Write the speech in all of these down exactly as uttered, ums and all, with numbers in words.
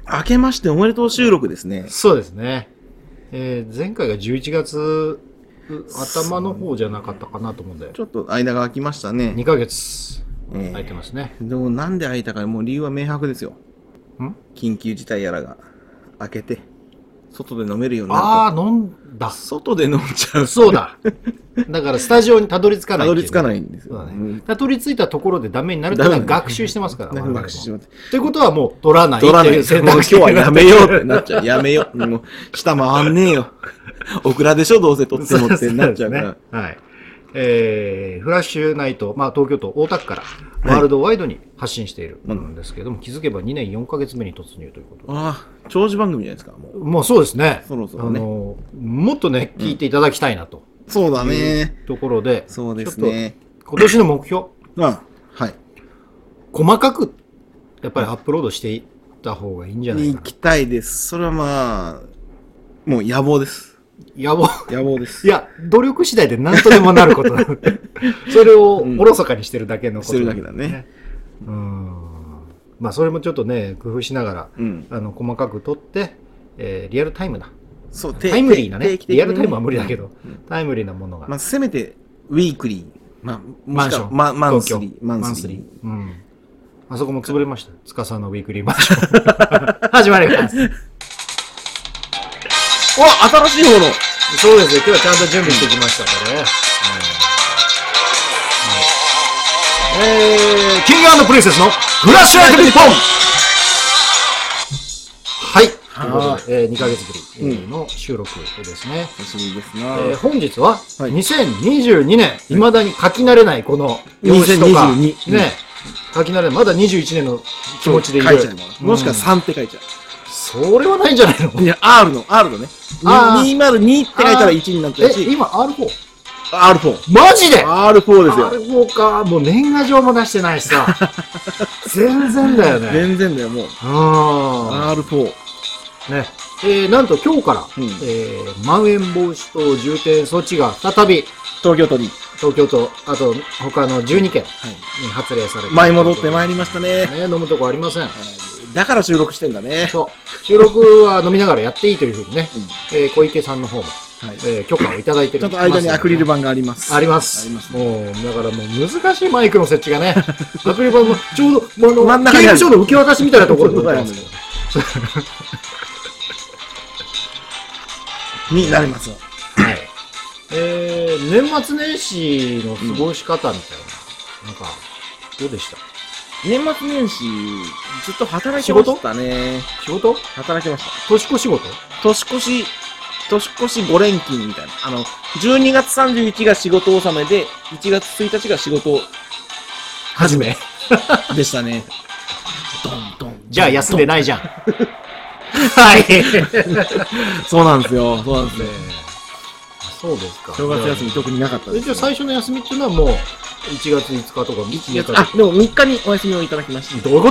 明けましておめでとう収録ですね。 そうですね。えー、前回がじゅういちがつ頭の方じゃなかったかなと思うんで。 ちょっと間が空きましたね。 にかげつ空いてますね。 えー、でもなんで空いたか、もう理由は明白ですよ。 ん緊急事態やらが明けて、外で飲めるようになると。 ああ、飲んだ。 外で飲んじゃう。 そうだ。だからスタジオにたどり着かない。 たどり着かないんですよ。 そうだね。たどり着いたところでダメになるっていうのは学習してますから。 学習してます。 ということはもう取らない。 取らない。 選択肢もう今日はやめようってなっちゃう。やめよう。もう下回んねえよ。オクラでしょどうせ取ってもってなっちゃうから。 ね、はい。えー、フラッシュナイト、まあ東京都大田区からワールドワイドに発信しているんですけれども、はい、気づけばにねんよんかげつめに突入ということで。 ああ、長寿番組じゃないですか。もう、 もうそうですね。 そろそろね。 あの、もっとね、聞いていただきたいなと。 うん、そうだね。 ところで、 そうですね。 今年の目標。 うん。はい。 細かく、やっぱりアップロードしていった方がいいんじゃないかな。 行きたいです。それはまあ、もう野望です。 野望野望です。 いや、努力次第で何とでもなることなので、それをおろそかにしてるだけのこと、 ね、してるだけだね。 うん。まあ、それもちょっとね、工夫しながら、うん、あの細かく取って、えー、リアルタイムな。 そう、 タイムリーなね。リアルタイムは無理だけど、うん、タイムリーなものが。 まあ、せめて、ウィークリー。まあ、 マンション。 ま、マンスリー。マンスリー。 うん。あそこも潰れました。つかさんのウィークリーマンション。始まります。 お、新しいもの。 そうですよ。今日はちゃんと準備してきましたからね。うん、えー、キング&プリンセスのフラッシュライトニッポン。はい。ということで、えー、にかげつぶりの収録ですね。 久しぶりですな。 えー、本日は、にせんにじゅうにねん、未だに書き慣れないこの用紙とか、ね、書き慣れない、まだにじゅういちねんの気持ちでいる。 書いちゃう。もしくはさんって書いちゃう。 それはないんじゃないの？ いや、R の、R のね。にひゃくにって書いたらいちになっちゃうし。 え、今 アールフォー？ アールフォー。 マジでアールフォー ですよ。 アールフォー か。もう年賀状も出してないしさ。全然だよね。 全然だよ、もう。 アールフォー。ね。えー、なんと今日から、うん、えー、まん延防止等重点措置が再び、 東京都に。 東京都、あと他のじゅうにけんに発令されて、はい、 前戻ってまいりましたね。 ね、飲むとこありません。はい、 だから収録してんだね。 そう。収録は飲みながらやっていいというふうにね、うん、えー、小池さんの方も、はい、えー、許可をいただいてる。 ちょっと間にアクリル板があります。 あります。あります。もう、だからもう難しいマイクの設置がね、アクリル板もちょうど、あの、真ん中に刑務所の受け渡しみたいなところでございますけど。 になります。 はい。えー、年末年始の過ごし方みたいな、うん、なんか、どうでした？ 年末年始、ずっと働きましたね。 仕事？ 働きました。 年越し仕事？ 年越し、年越しご連勤みたいな。あの、じゅうにがつさんじゅういちが仕事納めで、いちがつついたちが仕事始めでしたね。 ドンドン。じゃあ休んでないじゃん。はい。 そうなんですよ。そうなんですね。 そうですか。 正月休み特になかったです。 じゃあ最初の休みっていうのはもういちがついつかとかみっか。 あ、でもみっかにお休みをいただきました。 どういうこと？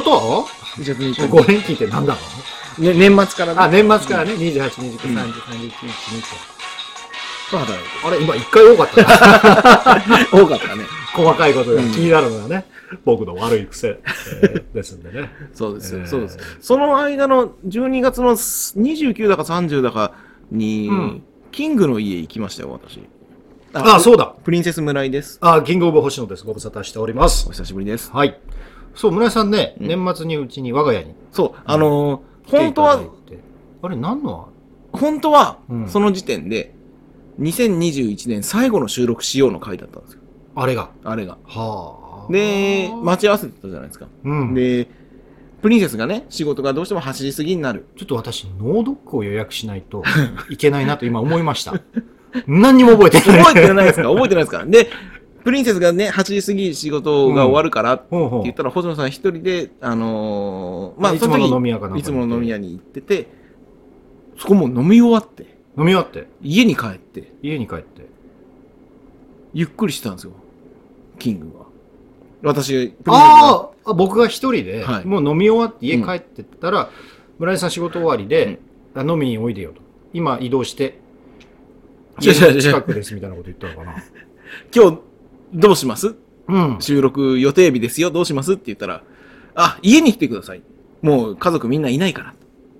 いちがつみっか。ご連勤って何だろう？ね、年末からね。あ、年末からね。にじゅうはち、にじゅうく、さんじゅう、さんじゅういち、にじゅうにと働いて。 あれ、今いっかい多かったな。 多かったね。 細かいことが気になるのがね。僕の悪い癖ですんでね。 そうですよ。そうです。その間のじゅうにがつのにじゅうくだかさんじゅうだかに、キングの家行きましたよ、私。 ああ、そうだ。 プリンセス村井です。 ああ、キングオブ星野です。ご無沙汰しております。 お久しぶりです。 はい。そう、村井さんね、うん、年末にうちに我が家に。 そう、あのー、本当は、 あれ、何の本当は、うん、その時点で、にせんにじゅういちねん最後の収録しようの回だったんですよ。 あれが。 あれが。 はあ。で、待ち合わせてたじゃないですか。うん。で、プリンセスがね、仕事がどうしてもはちじ過ぎになる。 ちょっと私、ノードックを予約しないといけないなと今思いました。何にも覚えてない。 覚えてないですか？覚えてないですか？で、プリンセスがね、はちじ過ぎ仕事が終わるからって言ったら、星野さん一人で、あのー、まあ、 いつもの飲み屋かな。 いつもの飲み屋に行ってて、そこもう飲み終わって。 飲み終わって。 家に帰って。 家に帰って。 ゆっくりしてたんですよ。キングは。私、 ああ、僕が一人で、はい、もう飲み終わって家帰ってったら、うん、村井さん仕事終わりで、うん、飲みにおいでよと。今移動して、家の近くですみたいなこと言ったのかな。 今日、どうします？ うん。 収録予定日ですよ。どうしますって言ったら、あ、家に来てください。もう家族みんないないから。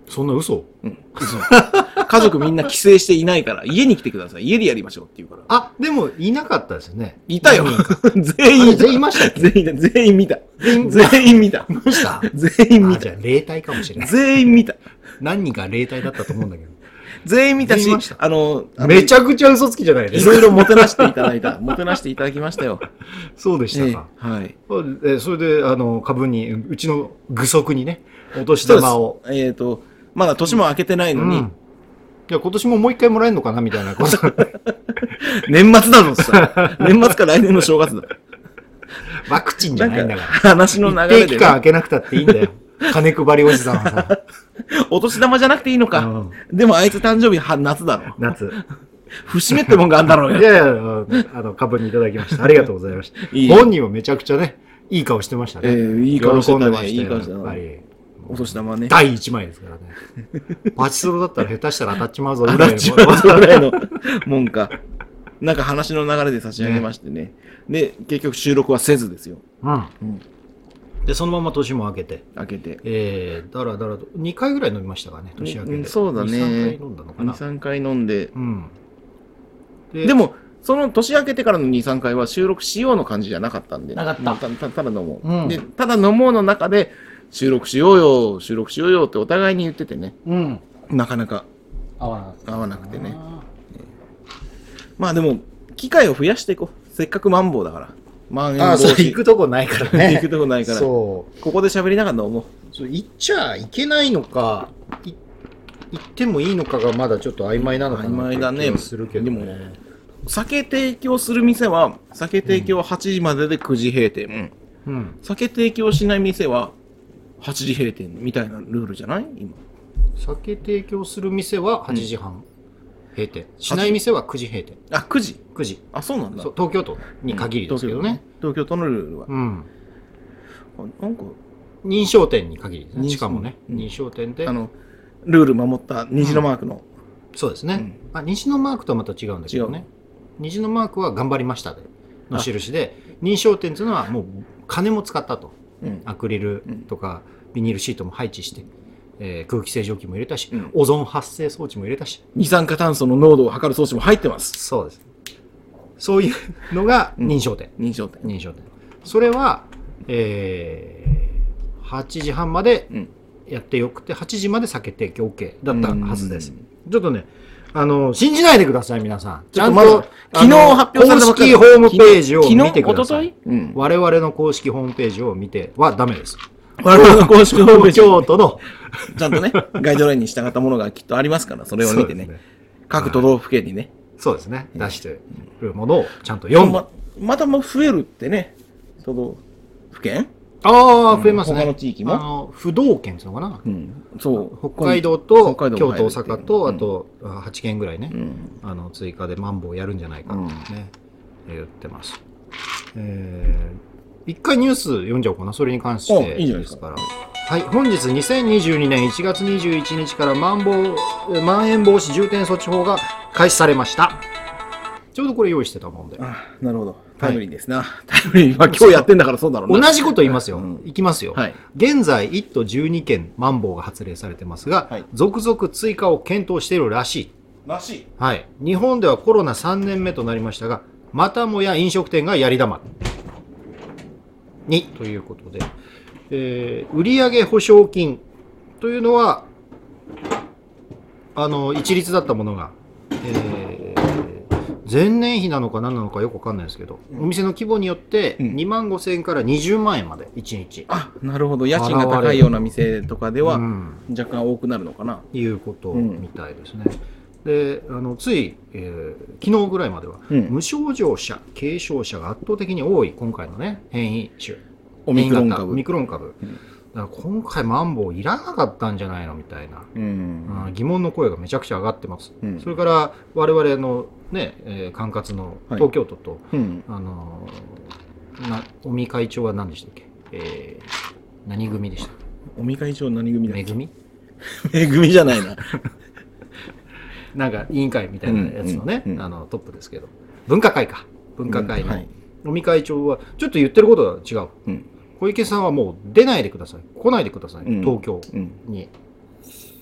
そんな嘘？ うん。嘘。家族みんな帰省していないから、家に来てください。家でやりましょうって言うから。 あ、でも、いなかったですよね。 いたよ。全員。 全員いましたっけ？ 全員、全員見た。全員、全員見た。 いました？ 全員見た。 じゃあ、霊体かもしれない。 全員見た。 何人か霊体だったと思うんだけど。 全員見たし、あの、 めちゃくちゃ嘘つきじゃないですか。いろいろもてなしていただいた。もてなしていただきましたよ。 そうでしたか。 えー、はい。 え、それで、あの、株に、うちの具足にね、お年玉を。 えっ、ー、と、まだ年も明けてないのに、うん、いや、今年ももう一回もらえるのかなみたいなこと。 年末だぞさ。年末か来年の正月だ。 ワクチンじゃないんだから。 話の流れで、ね。 一定期間開けなくたっていいんだよ。金配りおじさんはさ。 お年玉じゃなくていいのか。うん、でもあいつ誕生日は夏だろ。 夏。 節目ってもんがあんだろうよ。 いやいや、あの、株にいただきました。ありがとうございました。いい本人はめちゃくちゃね、いい顔してましたね。 えー、いい顔してたね。 いい顔してたね。お年玉ね。 だいいちまいですからね。パチスロだったら下手したら当たっちまうぞぐらいの。当たっちまうぞぐらいのもんか。なんか話の流れで差し上げましてね。ねで、結局収録はせずですよ。 うん。うんで、そのまま年も明けて。 明けて。 えー、だらだらと、にかいぐらい飲みましたかね、年明けて。 そうだね。 に、さんかい飲んだのかな。 に、さんかい飲んで。 うん。 で、でも、その年明けてからのに、さんかいは収録しようの感じじゃなかったんで。 なかった。 た, た, ただ飲もう、 うん。 で、ただ飲もうの中で、収録しようよ、収録しようよってお互いに言っててね。 うん。 なかなか。 合わなくて。 合わなくてね。まあでも、機会を増やしていこう。せっかくマンボウだから。まん延防止。 あ、そう、行くとこないからね。 行くとこないから。そう。ここで喋りながら飲もう。 そう、行っちゃいけないのか、い行ってもいいのかがまだちょっと曖昧なのかな。 曖昧だね。 するけどね。でも、 酒提供する店は、酒提供ははちじまででくじ閉店。うん。うん、酒提供しない店は、はちじ閉店みたいなルールじゃない今。 酒提供する店ははちじはん。うん閉店。しない店はくじ閉店。 あ、くじ ? くじ。 あ、そうなんだ。 そう、東京都に限りですけどね。 うん、東京都のルールは。 うん。 なんか、 認証店に限りですね。しかもね、うん、認証店で。 あの、ルール守った虹のマークの。うん、 そうですね、うん。あ、虹のマークとはまた違うんだけどね。虹のマークは頑張りましたでの印で、認証店というのはもう金も使ったと。うん、アクリルとかビニールシートも配置して。えー、空気清浄機も入れたし、うん、オゾン発生装置も入れたし、 二酸化炭素の濃度を測る装置も入ってます。 そうです。そういうのが認証店。 うん、認証店。 認証店。それは、えー、はちじはんまでやってよくて、はちじまで酒提供 OK だったはずです。ちょっとね、あの、信じないでください、皆さん。ちゃんと、 昨日発表された公式ホームページを見てください。 うん、 我々の公式ホームページを見てはダメです。 我々の公式ホームページ。 京都の。 ちゃんとね、ガイドラインに従ったものがきっとありますから、それを見てね。ね各都道府県にね。 そうですね。出してるものをちゃんと読む。 ま、またも増えるってね、都道府県ああ、増えますね。 他の地域も。 あの、不道県っていうのかな。 うん。そう。 北海道と、京都、大阪と、あと、はちけんぐらいね。あの、追加でマンボウやるんじゃないかってね、言ってます。えー、一回ニュース読んじゃおうかな。それに関して。 いいじゃないですか。 はい、本日にせんにじゅうにねんいちがつにじゅういちにちからまん防まん延防止重点措置法が開始されました。ちょうどこれ用意してたもんで。 あ、なるほど。タイムリーですな。はい、タイムリー。まあ今日やってんだからそうだろうな。 同じこと言いますよ。うん、いきますよ。 はい、 現在いっとじゅうにけんまん防が発令されてますが、はい、続々追加を検討しているらしい。 らしい。 はい。日本ではコロナさんねんめとなりましたが、またもや飲食店がやり玉にということで。えー、売上保証金というのはあの一律だったものが、えー、前年比なのか何なのかよくわかんないですけど、うん、お店の規模によってにまんごせんえんからにじゅうまんえんまでいちにち、 あ、なるほど。家賃が高いような店とかでは若干多くなるのかな、 うん、いうことみたいですね、うん、であのつい、えー、昨日ぐらいまでは、うん、無症状者軽症者が圧倒的に多い今回のね変異種オミクロン株。 オミクロン株。うん、だから今回マンボウいらなかったんじゃないのみたいな、うん、疑問の声がめちゃくちゃ上がってます。うん、それから我々のね、えー、管轄の東京都と、はいうん、あのー、な尾身会長は何でしたっけ、えー、何組でしたっけ。尾身会長何組だっけ。 めぐみめぐみじゃないな。 なんか委員会みたいなやつのね、うんうんうん、あのトップですけど、分科会か。分科会の尾身会長はちょっと言ってることが違う。うん、小池さんはもう出ないでください、来ないでください、うん、東京に、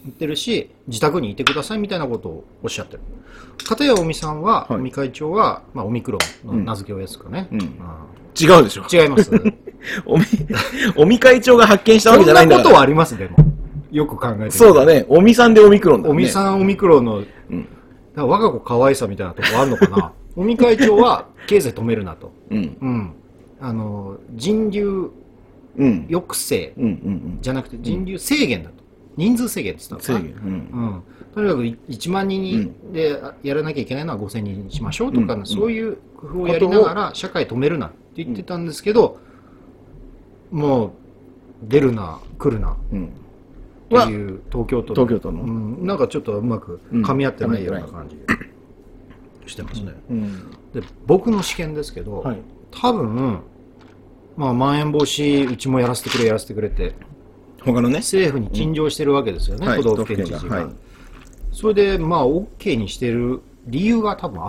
言ってるし、自宅にいてくださいみたいなことをおっしゃってる。片や尾身さんは、尾身会長は、まあ、オミクロンの名付け親ですかね。 うんうん、違うでしょ。 違います。 尾身、尾身会長が発見したわけじゃないんだから。 そんなことはありますでも。よく考えてみて。 そうだね。尾身さんでオミクロンだね。 尾身さんオミクロンの、うん、我が子可愛さみたいなとこあるのかな。尾身会長は経済止めるなと。うん。うん。あの、人流抑制じゃなくて人流制限だと。人数制限って言ったのかな。制限。うん。うん。とにかくいちまん人でやらなきゃいけないのはごせんにんにしましょうとか、うん、そういう工夫をやりながら社会止めるなって言ってたんですけど、もう出るな来るなっていう東京都の、 東京都の、 うん、なんかちょっとうまく噛み合ってないような感じしてますね。うん、で僕の試験ですけど、はい、多分まあまん延防止うちもやらせてくれやらせてくれって他のね政府に陳情してるわけですよね、うん、都道府県知事が。はい、それでまあ OK にしてる理由が多分あって、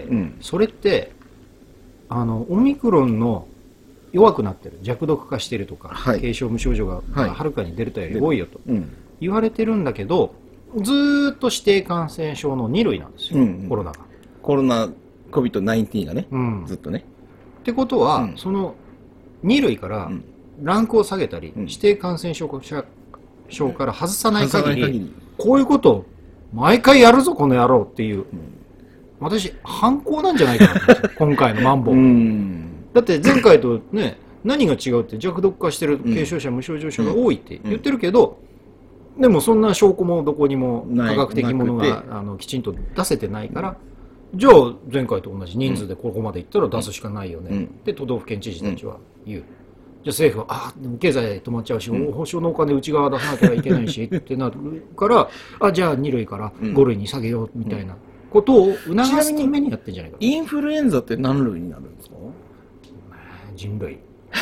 うん、それってあのオミクロンの弱くなってる弱毒化してるとか、はい、軽症無症状がはるかにデルタより多いよと言われてるんだけど、ずーっと指定感染症のに類なんですよ、うんうん、コロナが。 コロナ コビッドナインティーン がね、うん、ずっとね。 ってことは、うん、そのに類からランクを下げたり、うん、指定感染症から外さない限り、うん、こういうことを毎回やるぞこの野郎っていう、うん、私反抗なんじゃないかなと思うんですよ今回のマンボウ。うんだって前回とね何が違うって弱毒化してる軽症者、うん、無症状者が多いって言ってるけど、うん、でもそんな証拠もどこにも科学的ものがあのきちんと出せてないから、うん、じゃあ前回と同じ人数でここまでいったら出すしかないよね、うん、って都道府県知事たちは言う。じゃあ政府はあでも経済止まっちゃうし、うん、保証のお金内側出さなきゃいけないしってなるからあじゃあに類からご類に下げようみたいなことを促すためにやってんじゃないか。 インフルエンザって何類になるんですか？ 人類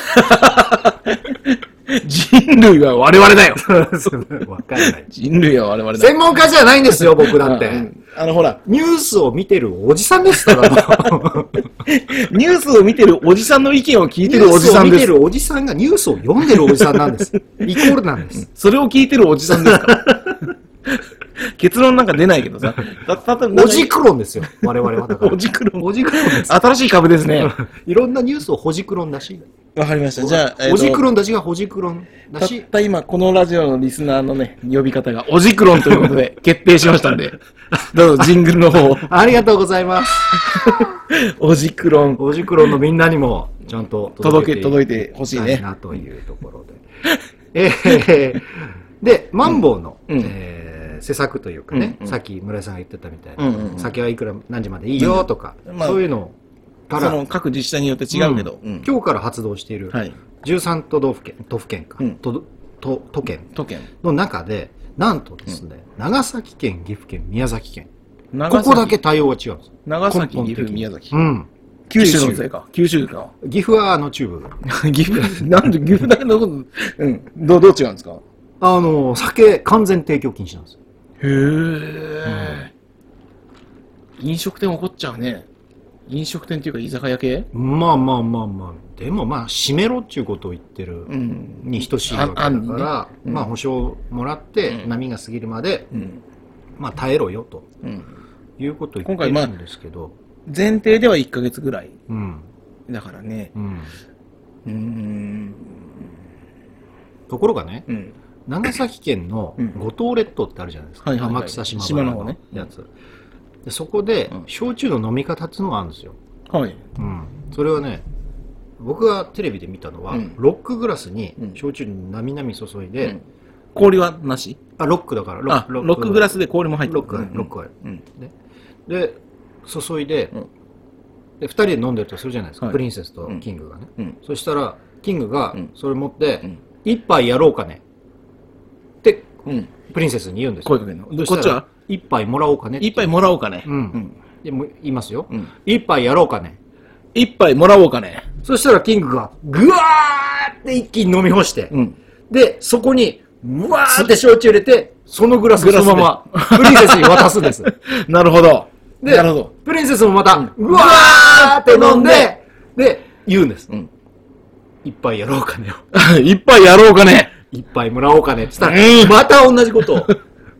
人類は我々だよわかんない人類は我々だ専門家じゃないんですよ僕だってあ, あのほらニュースを見てるおじさんですからニュースを見てるおじさんの意見を聞いてるおじさんです。ニュースを見てるおじさんがニュースを読んでるおじさんなんですイコールなんです。 それを聞いてるおじさんですから結論なんか出ないけどさ。 おじくろんですよ。我々はだから。 おじくろん。 おじくろんです。 新しい株ですね。 いろんなニュースをほじくろんだし。 わかりました。じゃあ、 えー、おじくろんだしがほじくろんだし。 たった今、このラジオのリスナーのね、呼び方がおじくろんということで決定しましたんで、どうぞジングルの方を。 ありがとうございます。 おじくろん。 おじくろんのみんなにも、ちゃんと届け、届いてほしいね。 なというところで。えー、で、マンボウの、うんえー施策というかね、うんうん、さっき村井さんが言ってたみたいな、うんうんうん、酒はいくら何時までいいよとか、うんまあ、そういうのから、 その各自治体によって違うけど、 うんうん、今日から発動しているじゅうさん都道府県、都府県か、うん、都, 都, 都県の中で、なんとですね、うん、長崎県、岐阜県、宮崎県、ここだけ対応が違うんです。 長崎、岐阜、宮崎。うん。九州のせいか。九州か。 岐阜はあの中部。 岐阜、なんで岐阜だけのこと、うん。どう、どう違うんですか？ あの、酒完全提供禁止なんですよ。 へー、うん、飲食店起こっちゃうね。飲食店っていうか居酒屋系？ まあまあまあまあ。でもまあ閉めろっていうことを言ってるに等しいわけだから、うんねうん、まあ保証もらって波が過ぎるまで、うん、まあ耐えろよと、うん、いうことを言ってるんですけど、まあ、 前提ではいっかげつぐらい、うん、だからね、うん、うーんところがね、うん長崎県の五島列島ってあるじゃないですか、うんはいはいはい、天草島原のやつ、ね、でそこで焼酎の飲み方っていうのがあるんですよ、はいうん、それはね僕がテレビで見たのは、うん、ロックグラスに焼酎になみなみ注いで、うん、 氷はなしあロックだからロックロックグラスで氷も入ってるロック、うん、ロックがある、うん、で, で注いで、うん、でふたりで飲んでるとするじゃないですか、はい、プリンセスとキングがね、うん、そしたらキングがそれ持って、うん、一杯やろうかねって、うん、プリンセスに言うんですよ。 声かけるの。こっちは一杯もらおうかね。 一杯もらおうかね。うん。うん、 でも言いますよ、うん。一杯やろうかね。 一杯もらおうかね。 そしたらキングがぐわーって一気に飲み干して、うん、でそこにうわーって焼酎入れて、そのグラスをそのままプリンセスに渡すんです。 なるほど。 で、 なるほど。 プリンセスもまた、うん、うわーって飲んで、で言うんです。うん、一杯やろうかね。 一杯やろうかね。 一杯もらおうかねって言ったら、うん、また同じことを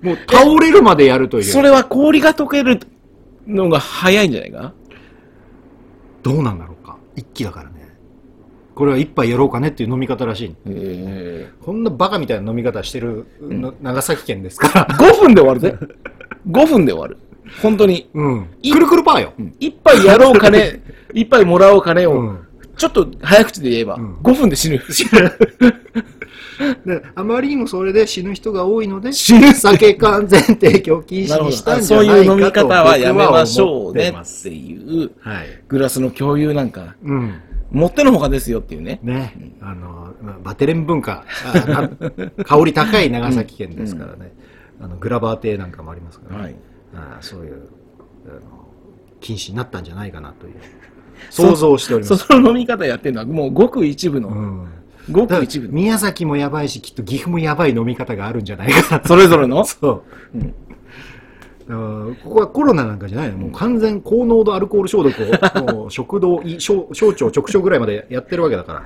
もう倒れるまでやるという。 それは氷が溶けるのが早いんじゃないか。 どうなんだろうか。一気だからね。これは一杯やろうかねっていう飲み方らしい。 へこんなバカみたいな飲み方してる、うん、長崎県ですから。 ごふんで終わるぜ。ごふんで終わる。本当に。 うん。くるくるパーよ。 うん、一杯やろうかね、一杯もらおうかねを、うん、ちょっと早口で言えば、うん、ごふんで死ぬ。 であまりにもそれで死ぬ人が多いので、死ぬ酒完全提供禁止にしたんじゃないかと。 そういう飲み方はやめましょうねっていう、はい、グラスの共有なんか、うん、もってのほかですよっていうね。 ね、うん、あの、まあ、バテレン文化、香り高い長崎県ですからね、うん、あのグラバー亭なんかもありますからね、はい、あそういうあの禁止になったんじゃないかなという想像しております。 そ, その飲み方やってるのはもうごく一部の、うんごく一部。 宮崎もやばいし、きっと岐阜もやばい飲み方があるんじゃないかな。 それぞれのそう。うん、ここはコロナなんかじゃないの。もう完全高濃度アルコール消毒を、もう食道、小小腸直腸ぐらいまでやってるわけだから。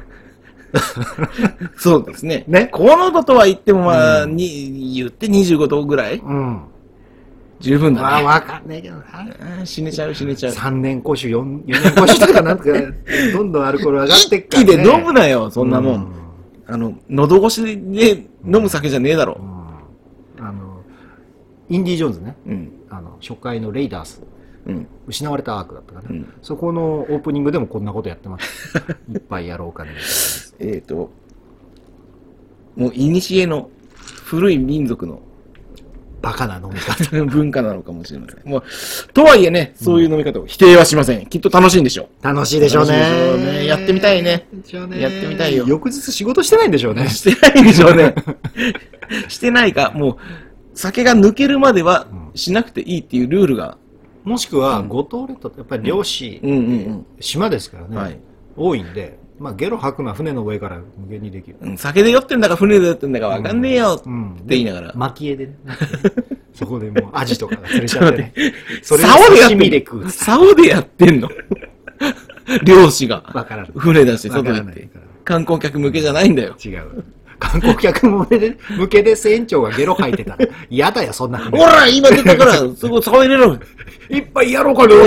そうですね。ね。高濃度とは言っても、まあ、うん、に、言ってにじゅうごどぐらいうん。十分だね。 まあ、わかんないけどな。死ねちゃう、死ねちゃう。 さんねん越し、よんねん越しとかなんか、どんどんアルコール上がってっから、ね。 一気で飲むなよ、そんなもん。うん、あの、喉越しで飲む酒じゃねえだろ。 うん、あの、インディ・ジョーンズね。うん、あの、初回のレイダース。うん、失われたアークだったかな、うん。そこのオープニングでもこんなことやってます。一杯やろうかね。 えっと、もう、いにしえの古い民族のバカな飲み方。 文化なのかもしれません。もう、とはいえね、そういう飲み方を否定はしません。きっと楽しいんでしょう。楽しいでしょうね。 ねやってみたいね。やってみたいよ。 翌日仕事してないんでしょうね。 してないんでしょうね。してないか、もう、酒が抜けるまではしなくていいっていうルールが。 もしくは、五島列島ってやっぱり漁師、島ですからね、はい、多いんで、まあ、ゲロ吐くのは船の上から無限にできる。 うん、酒で酔ってんだか船で酔ってんだかわかんねえよって言いながら。 巻き絵でね。そこでもうアジとかが釣れちゃってね。 それを刺身で食う。竿でやってんの漁師が。 わからん。 船出して外行って。観光客向けじゃないんだよ。 違う。観光客向けで船長がゲロ吐いてたら、嫌だよ、そんな船。ほら、今出たから、そこ竿入れろ。 いっぱいやろうかね。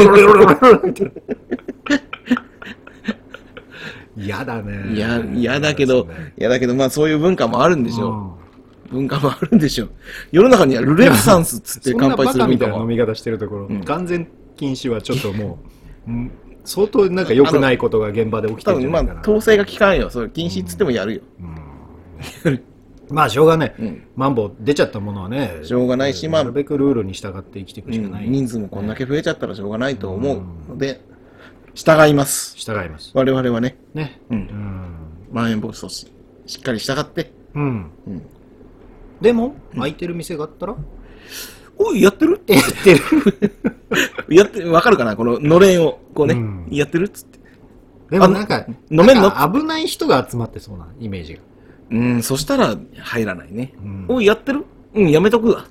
嫌だね。 いや、嫌だけど、嫌だけど、まあそういう文化もあるんでしょう。文化もあるんでしょう。世の中にはルネッサンスっつって乾杯する文化も。そんなバカみたいな飲み方してるところ、うん、完全禁止はちょっともう、相当なんか良くないことが現場で起きてるんじゃないかな。 まあ、統制が効かんよ。それ禁止っつってもやるよ。 うんうん、まあしょうがない。うん、マンボウ出ちゃったものはね、 しょうがないし、まあ、 なるべくルールに従って生きていくしかない。 うん、人数もこんだけ増えちゃったらしょうがないと思うので、従います。 従います。 我々はね。 ね。 うん。うん、まん延防止措置、しっかり従って。 うん。うん、でも、空いてる店があったら、 おい、やってるってやってる。 やってる。わかるかなこののれんを、こうね、うん、やってるっつって。 でもなんか、飲めんの危ない人が集まってそうなイメージが。 うん、そしたら入らないね。うん、おい、やってるうん、やめとくわ。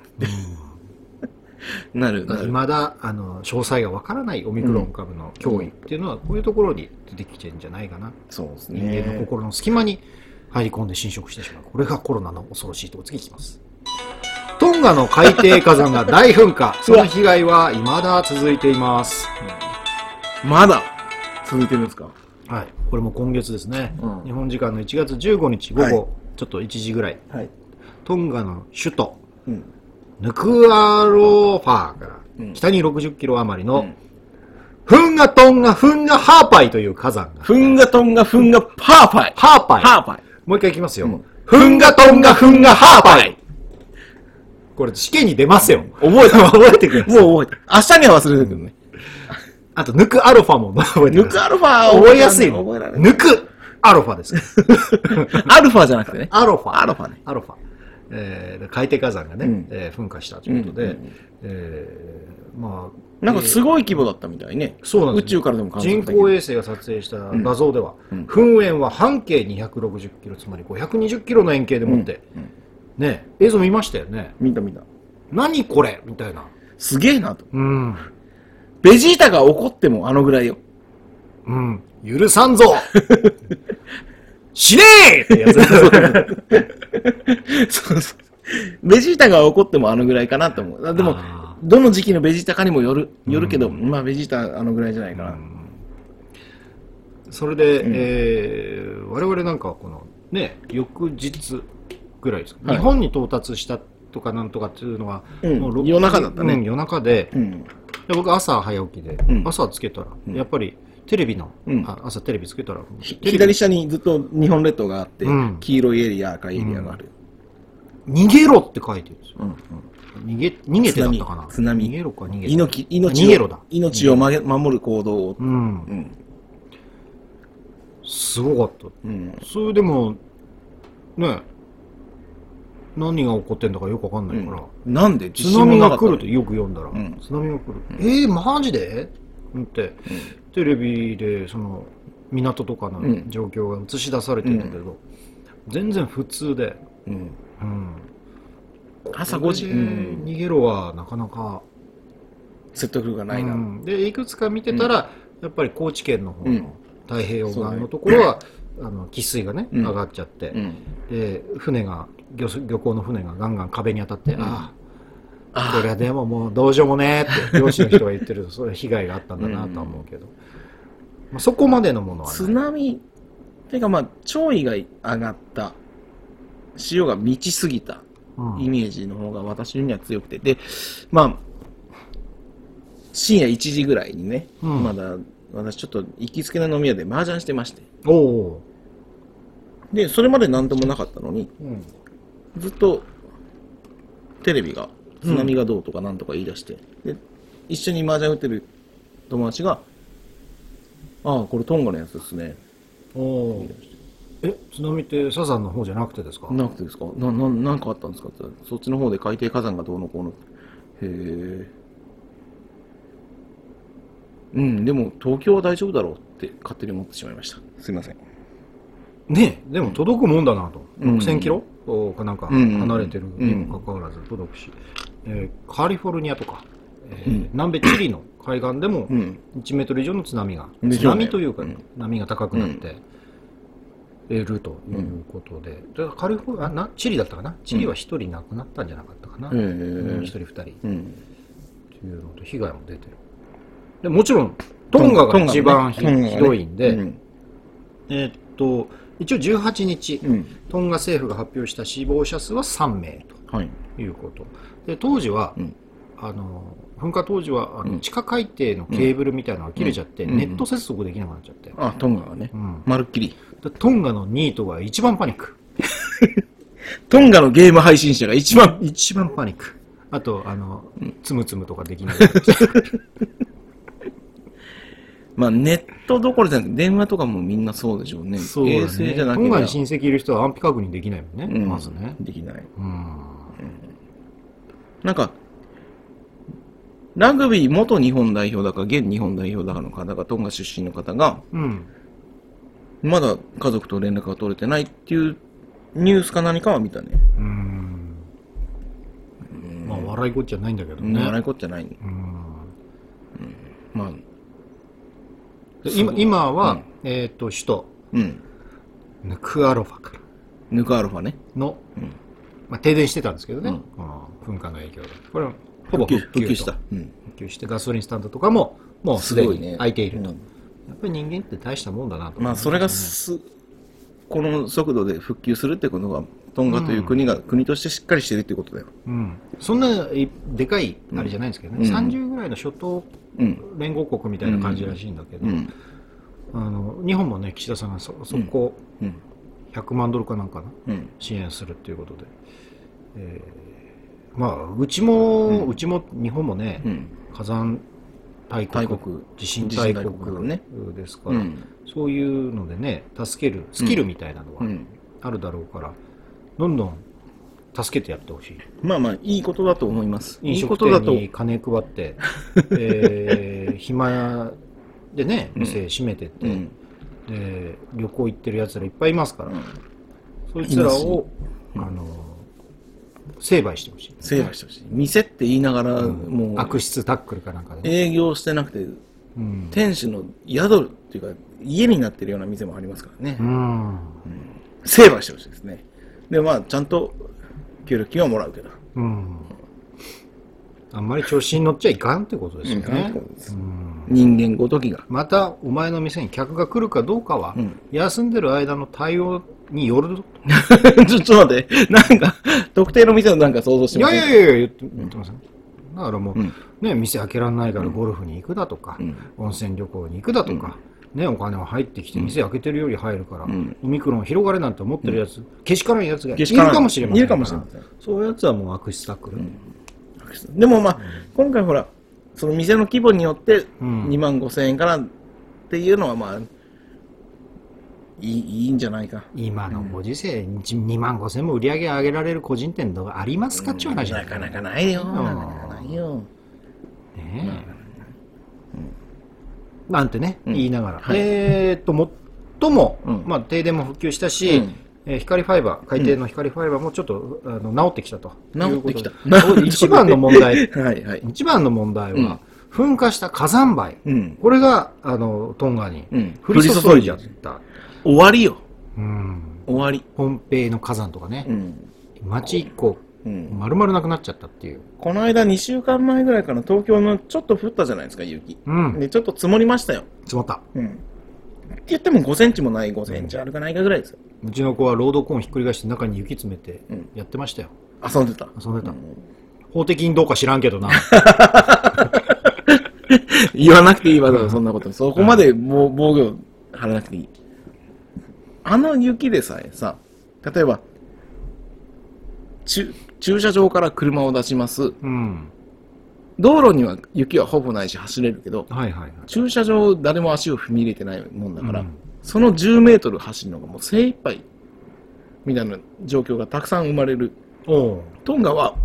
なる。 まだ、あの、詳細がわからないオミクロン株の脅威っていうのは、こういうところに出てきてるんじゃないかな。 そうですね。 人間の心の隙間に入り込んで侵食してしまう。これがコロナの恐ろしいとこ次いきます。トンガの海底火山が大噴火。その被害は未だ続いています。 まだ続いてるんですか？ はい。これも今月ですね。うん、日本時間のいちがつじゅうごにち午後、はい、ちょっといちじぐらい。はい、トンガの首都、うん、ヌクアロファーから北にろくじゅっキロ余りの、うん、フンガトンガフンガハーパイという火山が。 フンガトンガフンガパーパイ。 ハーパイ。 ハーパイ。 もう一回いきますよ。うん、フンガトンガフンガハーパイ。これ試験に出ますよ。 覚えて、 覚えてください。 もう覚えて。明日には忘れてくるね。 あと、ヌクアルファも覚えてください。 ヌクアルファ覚えやすいの。ヌクアルファです。 アルファじゃなくてね。 アルファ。 アルファね。 アルファ。えー、海底火山がね、うんえー、噴火したということで、うんうんえー、まあ、 なんかすごい規模だったみたいね。 そうなんです。 宇宙からでも観測できる。人工衛星が撮影した画像では、うん、噴煙は半径にひゃくろくじゅっキロ、つまりごひゃくにじゅっキロの円形でもって、うんうん、ね、映像見ましたよね。 見た見た。 何これみたいな。 すげえなと。 うん。 ベジータが怒ってもあのぐらいよ。 うん。許さんぞ死ねーってやつ。 そうそう。 ベジータが怒ってもあのぐらいかなと思う。でも、どの時期のベジータかにもよる、よるけど、うん、まあベジータあのぐらいじゃないかな。うん、 それで、うん、えー、我々なんかこの、ね、翌日ぐらいですか、はい、日本に到達したとかなんとかっていうのは、 うん、もう夜中だったね。 うん、夜中で、うん、で僕朝早起きで、うん、朝つけたら、やっぱりテレビの、うん、あ朝テレビつけたら、 左下にずっと日本列島があって、うん、黄色いエリア、赤いエリアがある。 うん、逃げろって書いてるんですよ。うんうん、逃げ、逃げてだったかな。 津波。 逃げろか逃げろ。 命、命逃げろだ。 命を守る行動を。 うん。うん、すごかった。うん、それでも、ね、何が起こってんだかよくわかんないから。 うん、なんで津波が来るってよく読んだら、うん、津波が来る。うん、えー、マジでって、うん、テレビでその港とかの状況が映し出されてるんだけど、うん、全然普通で、うんうん、 朝ごじ、 逃げろはなかなか説得力がないな、うん、 でいくつか見てたら、うん、やっぱり高知県の方の太平洋側のところは、うん、あの汽水がね、うん、上がっちゃって、うん、で船が 漁, 漁港の船がガンガン壁に当たって、うん、ああこれはでももうどうしようもねって漁師の人が言ってるとそれ被害があったんだなとは思うけど、うんまあ、そこまでのものはない。 津波っていうかまあ潮位が上がった潮が満ちすぎたイメージの方が私には強くて、でまあ深夜いちじぐらいにね、うん、まだ私ちょっと行きつけの飲み屋で麻雀してまして、おでそれまで何ともなかったのに、うん、ずっとテレビが津波がどうとかなんとか言い出して、うん、で一緒に麻雀打ってる友達がああこれトンガのやつですね。おえ津波ってサザンの方じゃなくてですか？ なくてですか？なななんかあったんですかってそっちの方で海底火山がどうのこうの。へえ。うんでも東京は大丈夫だろうって勝手に思ってしまいました。すいません。 ねえでも届くもんだなと、うん、ろくせんキロかなんか離れてるにもかかわらず届くし、うんえー、カリフォルニアとか、えーうん、南米チリの海岸でもいちメートル以上の津波が、うん、津波というか、ね、波が高くなっているということで、うん、カリフォルあなチリだったかなチリはひとり亡くなったんじゃなかったかな、うん、ひとりふたり、うん、っていうのと被害も出てる。でもちろんトンガが一番 ひ,、ね、ひどいんで、うん、えー、っと一応じゅうはちにち、うん、トンガ政府が発表した死亡者数はさんめいということ、はい、で当時は、うん、あの噴火当時はあの、うん、地下海底のケーブルみたいなのが切れちゃって、うん、ネット接続できなくなっちゃって、 あトンガがね、うん、まるっきりトンガのニートが一番パニックトンガのゲーム配信者が一番一番パニック。あとあの、うん、つむつむとかできないまあネットどころじゃなくて電話とかもみんなそうでしょうね。 そうだね。衛星じゃなくて。トンガに親戚いる人は安否確認できないもんね。うん、まずね。 できない。うん。なんかラグビー元日本代表だか現日本代表だかの方がトンガ出身の方が、うん、まだ家族と連絡が取れてないっていうニュースか何かは見たね。うん。 まあ笑いこっちゃないんだけどね。 笑いこっちゃない。うん。うん、まあ。 今, 今は、うん、えっ、ー、と首都、うん、ヌクアロファからヌクアロファねの、うんまあ、停電してたんですけどね、うん、この噴火の影響でこれはほぼ復旧した、うん、復旧してガソリンスタンドとかももうすでに空いていると、ねうん、やっぱり人間って大したもんだなと、 ね、まあそれがすこの速度で復旧するってことはトンガという国が、うん、国としてしっかりしてるってことだよ、 うん、そんなでかいあれじゃないんですけどね、うん、さんじゅうぐらいの諸島連合国みたいな感じらしいんだけど、うんうん、あの日本もね岸田さんが そ, そこひゃくまんドルかなんかな、うん、支援するっていうことで、えー、まあうちも、うん、うちも日本もね、うん、火山大 国, 大国地震大国、ね、ですから、うん、そういうのでね助けるスキルみたいなのはあるだろうから、どんどん助けてやってほしい。 まあまあいいことだと思います。 飲食店に金配って、えー、暇でね店閉めてって、うん、で旅行行ってるやつらいっぱいいますから、うん、そいつらを、うん、あの成敗してほしい。 成敗してほしい。店って言いながら、うん、もう悪質タックルかなんかで、ね、 営業してなくて、うん、店主の宿っていうか家になってるような店もありますからね。うん、うん、成敗してほしいですね。でまあちゃんと協力金はもらうけど。 うん。あんまり調子に乗っちゃいかんってことですよね。 人間ごときが。 また、お前の店に客が来るかどうかは、うん、休んでる間の対応による。 ちょっと待って、なんか、特定の店のなんか想像してます。 いやいやいや言って、言ってません。だからもう、うん、ね、店開けられないからゴルフに行くだとか、うん、温泉旅行に行くだとか、うん、ね、お金は入ってきて、店開けてるより入るから、うん、オミクロン広がれなんて思ってるやつ、うん、けしからんやつがいるかもしれません。いるかもしれません。そういうやつはもう悪質タックル。うんでもまあ、うん、今回ほら、その店の規模によってにまんごせんえんからっていうのはまあ、いい、いいんじゃないか。 今のご時世、にまんごせんえんも売り上げ上げられる個人店とかありますかっちゅう話、 なかなかないよ。なかなかないよ。 ねえ。なんてね、うん、言いながら。はい、えーっと、もっとも、うん、まあ停電も復旧したし、うんえー、光ファイバー、海底の光ファイバーもちょっと、うん、あの治ってきたと。 治ってきた。 一番の問題、はいはい、一番の問題は、うん、噴火した火山灰。うん、これが、あの、トンガに降り注いじゃった。 うん、終わりよ。うん、終わり。 ポンペイの火山とかね。うん、町一個、うん、丸々なくなっちゃったっていう。 この間にしゅうかんまえぐらいから東京のちょっと降ったじゃないですか、雪。うん、で、ちょっと積もりましたよ。 積もった。うん。 って言ってもごセンチもないごセンチあるかないかぐらいですよ。 うちの子はロードコーンひっくり返して中に雪詰めてやってましたよ。 うん、遊んでた遊んでた、うん、法的にどうか知らんけどな。 言わなくていいわだ、そんなこと。そこまで防御張らなくていい。あの雪でさえさ、例えば、駐車場から車を出します。うん、道路には雪はほぼないし走れるけど、はいはいはい、駐車場誰も足を踏み入れてないもんだから、うん、そのじゅうメートル走るのがもう精一杯みたいな状況がたくさん生まれる。トンガは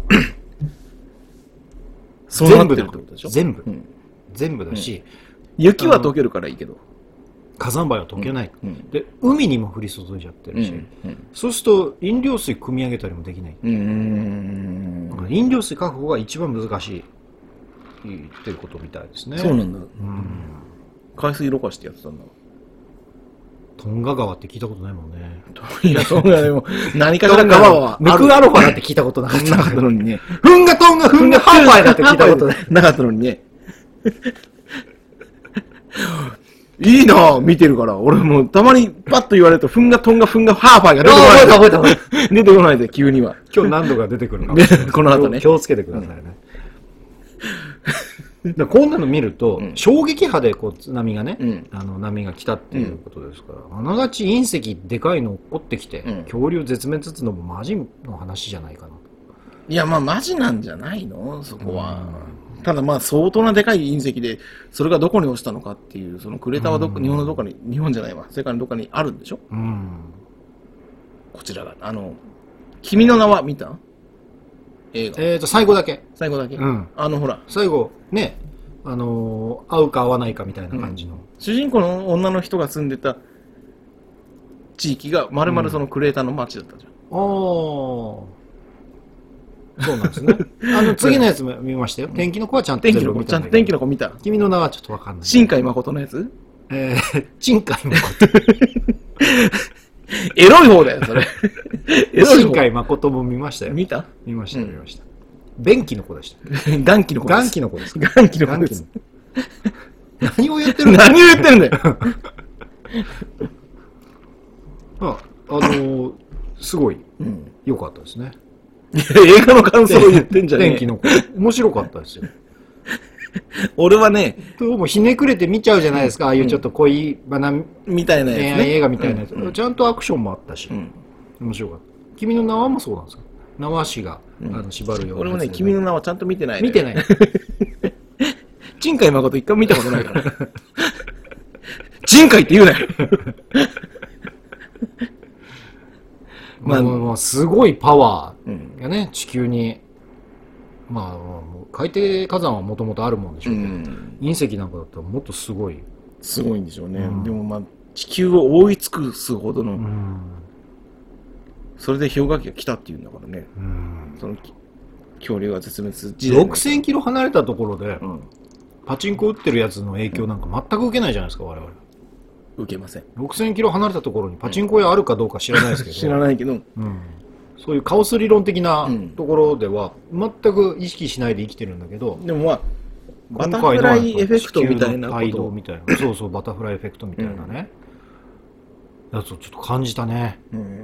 そうなってるってことでしょ。 全部、うん、全部だし、 うん、雪は溶けるからいいけど火山灰は溶けない、うん、で海にも降り注いじゃってるし、うんうん、そうすると飲料水汲み上げたりもできない。うん、だから飲料水確保が一番難しいっていうことみたいですね。 そうなんだ、うん、海水ろ過してやってたんだ。 トンガ川って聞いたことないもんね。 いや、トンガでも、何かしら川は。 ヌクアロファだって聞いたことなかったのにね。 フンガトンガ、フンガハーファイだって聞いたことない。 なかったのにね。いいなぁ、見てるから。俺もたまにパッと言われると、フンガトンガ、フンガハーファイが出てこない。覚えた覚えた。出てこないで、急には。 今日何度か出てくるかもしれない。 この後ね。 気をつけてくださいね。だこんなの見ると、うん、衝撃波でこう津波がね、うん、あの波が来たっていうことですから、あながち隕石でかいの起こってきて、うん、恐竜絶滅つのもマジの話じゃないかな。 いやまあマジなんじゃないのそこは、うん、ただまあ相当なでかい隕石でそれがどこに落ちたのかっていうそのクレーターはどっか、うん、日本のどっかに日本じゃないわ世界のどっかにあるんでしょ、うん、こちらがあの君の名は見た映画。 えーと、最後だけ。 最後だけ。うん。あの、ほら。 最後、ね、あのー、会うか会わないかみたいな感じの、うん。 主人公の女の人が住んでた地域が、まるまるそのクレーターの街だったじゃん。うん、ああ。そうなんですね。あの、次のやつも見ましたよ。天気の子はちゃんと天気の子、ちゃんと天気の子見た。 君の名はちょっとわかんない。 新海誠のやつえー、新海誠。 エロい方だよ、それ。 新海誠も見ましたよ。 見た見ました、見ました。便器の子でした。 元気の子です。 元気の子です。 元気の子です。 何を言ってるんだ何を言ってるんだよ。 あ、あのー、すごい良かったですね。 映画の感想を言ってんじゃねえ。 便器の子。面白かったですよ。 俺はね、 どうもひねくれて見ちゃうじゃないですか、ああいうちょっと恋バナみたいなやつ、ね、 映画みたいなやつ、うん、ちゃんとアクションもあったし、うん、面白かった。君の名はもそうなんですか。縄氏が、うん、あの縛るような。 俺もね、君の名はちゃんと見てない、 ね。見てない。 陳海誠一回も見たことないから。陳海って言うなよ。 まあ、まあ、すごいパワーがね、うん、地球に。まあ、海底火山はもともとあるもんでしょうけど、うん、隕石なんかだったらもっとすごい。 すごいんでしょうね。うん、でもまあ、地球を覆い尽くすほどの、うん、それで氷河期が来たっていうんだからね。うん、その恐竜が絶滅時代。 ろくせんキロ離れたところで、うん、パチンコ打ってるやつの影響なんか全く受けないじゃないですか、我々。 受けません。 ろくせんキロ離れたところにパチンコ屋あるかどうか知らないですけど。 知らないけど。うんそういうカオス理論的なところでは全く意識しないで生きてるんだけど、 でもまあバタフライエフェクトみたいなこと、 地球の帯同みたいな、そうそうバタフライエフェクトみたいなね、やつをちょっと感じたね。 うんうん、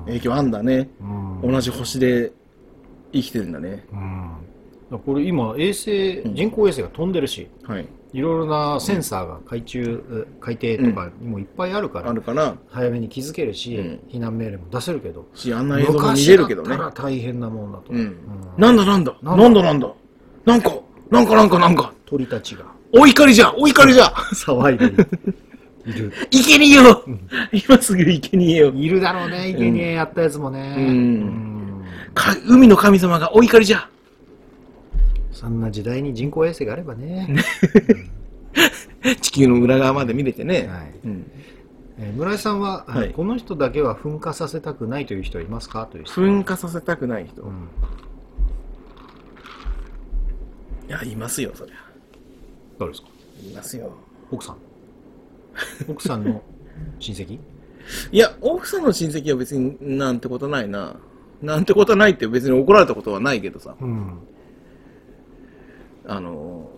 影響あんだね、うん、同じ星で生きてるんだね。 うん、だこれ今衛星、人工衛星が飛んでるし、 はい、 いろいろなセンサーが海中、海底とかにもいっぱいあるから、 あるから早めに気づけるし、うん、避難命令も出せるけど、 しあんな映像も見れるけどね。 昔だったら大変なもんだと、うんうん、なんだなんだなんだなんだなんかなんかなんかなんか鳥たちがお怒りじゃお怒りじゃ騒いでいるいる生贄よ、うん、今すぐ生贄よいるだろうね、生贄やったやつもね、うんうん、 か海の神様がお怒りじゃ。 そんな時代に人工衛星があればね地球の裏側まで見れてね、 はい、うんえー、村井さんは、はい、この人だけは噴火させたくないという人はいますかという人。 噴火させたくない人、うん、いやいますよそりゃ。 誰ですか？ いますよ。 奥さん奥さんの親戚いや奥さんの親戚は別になんてことないな。なんてことないって別に怒られたことはないけどさ、うん、あの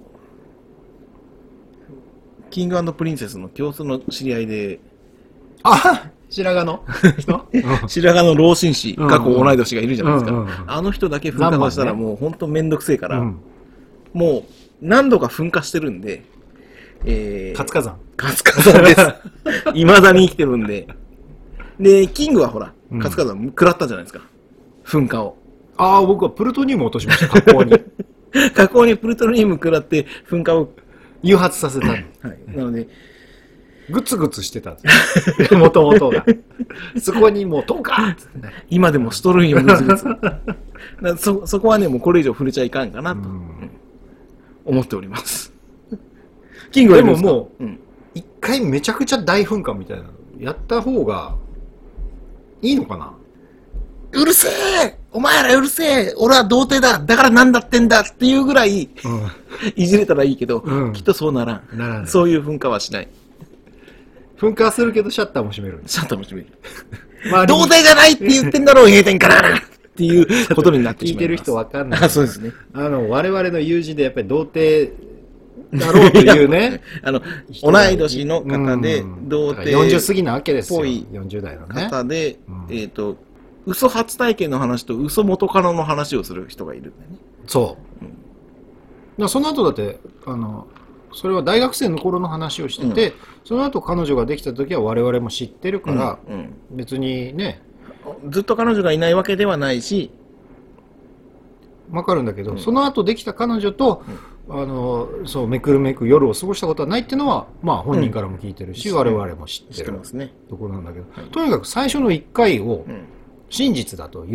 キング&プリンセスの共通の知り合いで、 あ白髪の人白髪の老紳士、過去同い年がいるじゃないですか、うんうんうん、あの人だけ噴火したらもう本当めんどくせえから、うん、もう何度か噴火してるんで、 えー、活火山活火山ですいまだに生きてるんで、でキングはほら活火山食らったじゃないですか、噴火を。 ああ僕はプルトニウム落としました火口に火口にプルトニウム食らって噴火を誘発させた、はい、 なのでグツグツしてたんですよもともとがそこにもうトカーッつって、ね、 今でもストローンをグツグツだそそこはねもうこれ以上触れちゃいかんかなと、うん、思っておりますキングはでももう一、うん、回めちゃくちゃ大噴火みたいなのやった方がいいのかな。 うるせえお前らうるせえ俺は童貞だだからなんだってんだっていうぐらい、うん、いじれたらいいけど、うん、きっとそうならん。ならない。そういう噴火はしない。 噴火はするけどシャッターも閉める。 シャッターも閉める童貞じゃないって言ってんだろう閉店からっていうことになってしまいます。 聞いてる人わかんない。 あ、そうですね。 あの我々の友人でやっぱり童貞だろうというねあの同い年の方で童貞よんじゅう過ぎなわけですよ。よんじゅう代のね方で、うん、えっ、ー、と嘘初体験の話と嘘元カノの話をする人がいるんだよね。 そう、うん、だその後だってあのそれは大学生の頃の話をしてて、うん、その後彼女ができた時は我々も知ってるから、うんうん、別にねずっと彼女がいないわけではないし分かるんだけど、うん、その後できた彼女と、うん、あのそうめくるめく夜を過ごしたことはないっていうのはまあ本人からも聞いてるし、うん、我々も知ってるますね、 ところなんだけど、はい、とにかく最初のいっかいを真実だと言って、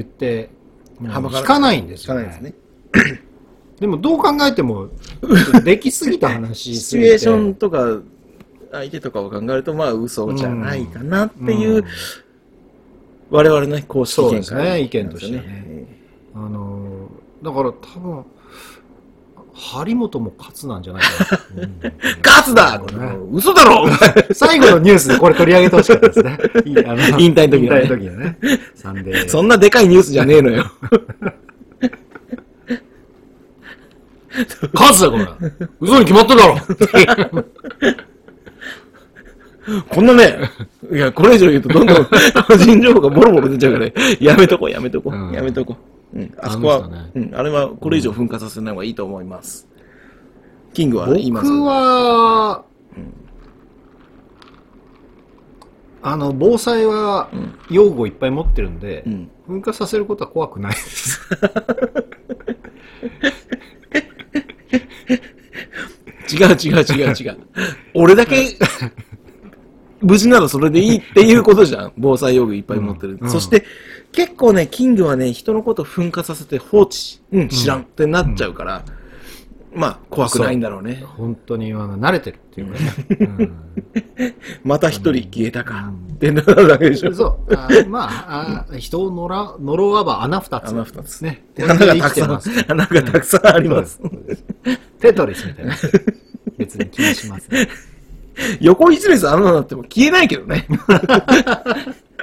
うん、聞かないんですよね。聞かないですねでもどう考えてもできすぎた話シチュエーションとか相手とかを考えるとまあ嘘じゃないかなっていう、うんうん、我々の公式意見から、 ね、意見としてね、えー、あのだから多分張本も勝つなんじゃないかな、うん、 勝つだこれ、ね、嘘だろ最後のニュースでこれ取り上げてほしかったですねあの引退の時のね、 引退の時のねサンデーそんなでかいニュースじゃねえのよ勝つだこれ嘘に決まっただろこんなねいやこれ以上言うとどんどん個人情報がボロボロ出ちゃうからやめとこうやめとこう、うん、やめとこう、うん、あそこはあ,、ねうん、あれはこれ以上噴火させない方がいいと思います、うん、キングは言います僕は、うん、あの防災は用具をいっぱい持ってるんで、うん、噴火させることは怖くないです違う違う違う違う俺だけ無事ならそれでいいっていうことじゃん防災用具いっぱい持ってる、うんうん、そして結構ねキングはね人のこと噴火させて放置、うん、知らんってなっちゃうから、うん、まあ怖くないんだろうね。 本当に慣れてるっていうかね、うん、 また一人消えたか、うん、ってなるだけでしょ。 そうあまああ人をのら呪わば穴二つ穴二つね穴がたくさん穴がたくさんあります、うん、 テトリスみたいな別に気にします、ね、 横一列穴になっても消えないけどね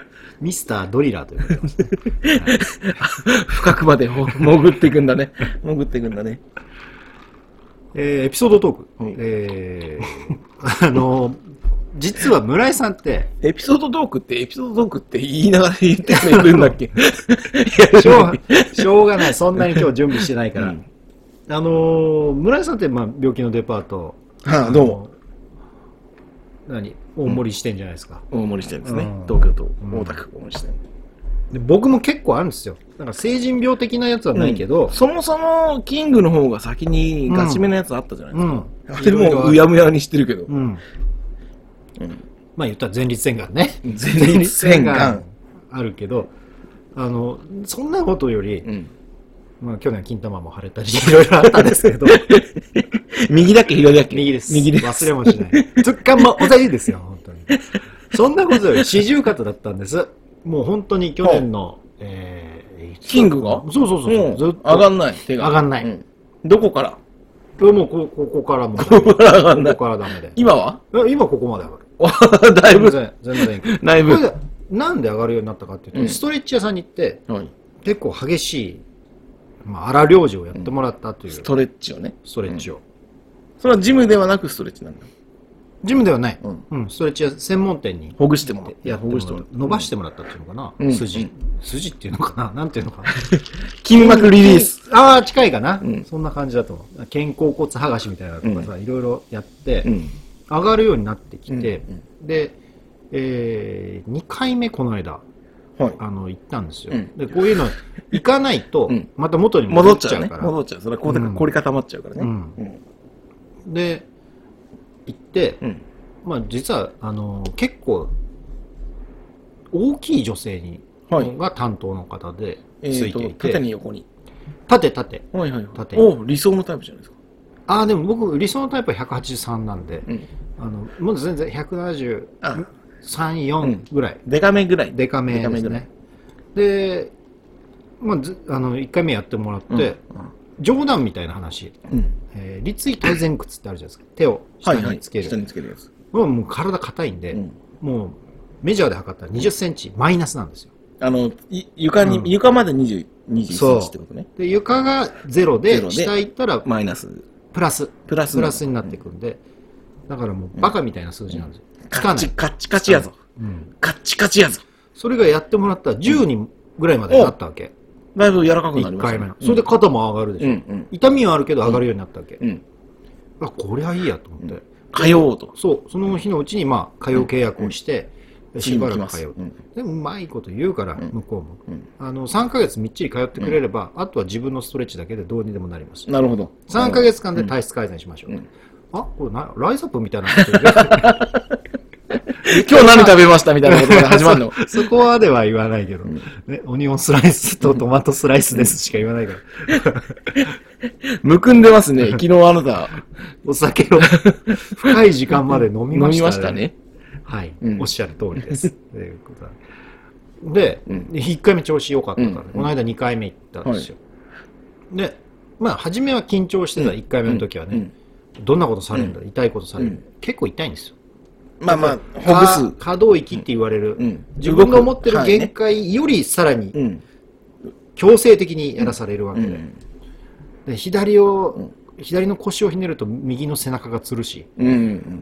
ミスタードリラーということで、はい、 深くまで潜っていくんだね。潜っていくんだね。 えー、エピソードトーク。うん、えー、あの、実は村井さんって、 エピソードトークって、エピソードトークって言いながら言ってくれるんだっけしょう、しょうがない。そんなに今日準備してないから。うん、あのー、村井さんって、まあ、病気のデパート。 はあ、どうも。 何大盛りしてんじゃないですか。 うん、大盛りしてんですね。うん、東京都大田区大盛りしてん。 で僕も結構あるんですよ。なんか成人病的なやつはないけど、 うん、そもそもキングの方が先にガチめのやつあったじゃないですか。うん、あれもうやむやにしてるけど。うん。うん、 まあ言ったら前立腺がんね。 前立腺がんあるけど、あのそんなことより、うん、まあ去年金玉も腫れたりいろいろあったんですけど、 右だっけ左だっけ？ 右です。 右です。 忘れもしない。つっかんもお大事ですよ本当に。そんなことより四十肩だったんです。もう本当に去年の、 えー、キングがそうそうそう、うん、 ずっと上がんない。手が上がんない。うん、 どこから？ もうこここからもここから上がんない。 ここからダメで。 今は？ 今ここまで上がる。 だいぶ全然全然。 だいぶ。 なんで上がるようになったかっていうと、うん、ストレッチ屋さんに行って、はい、結構激しい、まあ、荒療治をやってもらったという、うん、 ストレッチをね。 ストレッチを、うん。 それはジムではなくストレッチなんだ。 ジムではない、うんうん、ストレッチ屋専門店にほぐしてもらってやってもらって伸ばしてもらったっていうのかな、うん、筋、うん、筋っていうのかななんていうのかな筋膜リリース。 ああ近いかな、うん、そんな感じだと思う。肩甲骨剥がしみたいなのとかさ、うん、いろいろやって、うん、上がるようになってきて、うんうん、で、えー、にかいめこの間、はい、あの行ったんですよ、うん、でこういうの行かないとまた元に戻っちゃうから、 戻っちゃう、ね、戻っちゃう。それは凝り固まっちゃうからね、 うんうん、で行って、うん、まあ実はあの結構大きい女性に、はい、が担当の方でついていて、えー、 縦に横に縦縦、 はいはいはい、縦お理想のタイプじゃないですか。 ああでも僕理想のタイプはひゃくはちじゅうさんなんで、うん、あのもう全然ひゃくななじゅうさん、よんぐらい、 うん、デカめぐらいデカめですね。で、まあ、ずあのいっかいめやってもらって、うんうん、冗談みたいな話、うんえー、立位体前屈ってあるじゃないですか。手を下につける、 はいはい、下につけるやつ。 もう体硬いんで、うん、もうメジャーで測ったらにじゅっセンチマイナスなんですよ。 あの床に、うん、床までにじゅう、にじゅっセンチってことね。 で床がゼロで下行ったらマイナスプラスプラスプラスになっていくんで、だからもうバカみたいな数字なんですよ。 うん、カッチカッチカチやぞ、うん、カッチカチやぞ。 それがやってもらったらじゅうにんぐらいまでになったわけ、 うん、だいぶ柔らかくなりましたね。 いっかいめ、それで肩も上がるでしょ、うんうん、痛みはあるけど上がるようになったわけ、うんうん、あこりゃいいやと思って、うん、 通おうと。 そうその日のうちにまあ通う契約をして、うん、しばらく通う、うん、でもうまいこと言うから、うん、向こうも、うん、あのさんかげつみっちり通ってくれれば、うん、あとは自分のストレッチだけでどうにでもなります。 なるほど。 さんかげつかんで体質改善しましょう、うん、あこれなライズアップみたいなこと言う今日何食べましたみたいなことが始まるのそこまでは言わないけど、うんね、オニオンスライスとトマトスライスですしか言わないからむくんでますね。昨日あなたお酒を深い時間まで飲みましたね。飲みましたね。はい、うん、おっしゃる通りですで、うん、いっかいめ調子良かったから、うん、この間にかいめ行ったんですよ、はい、でまあ初めは緊張してた、いっかいめの時はね、うん、どんなことされるんだ、うん、痛いことされる、うん、結構痛いんですよ。 まあまあ、ほぐす。 可動域って言われる、うん、自分が思ってる限界よりさらに強制的にやらされるわけで、うん、で左を、うん、左の腰をひねると右の背中がつるし、うん、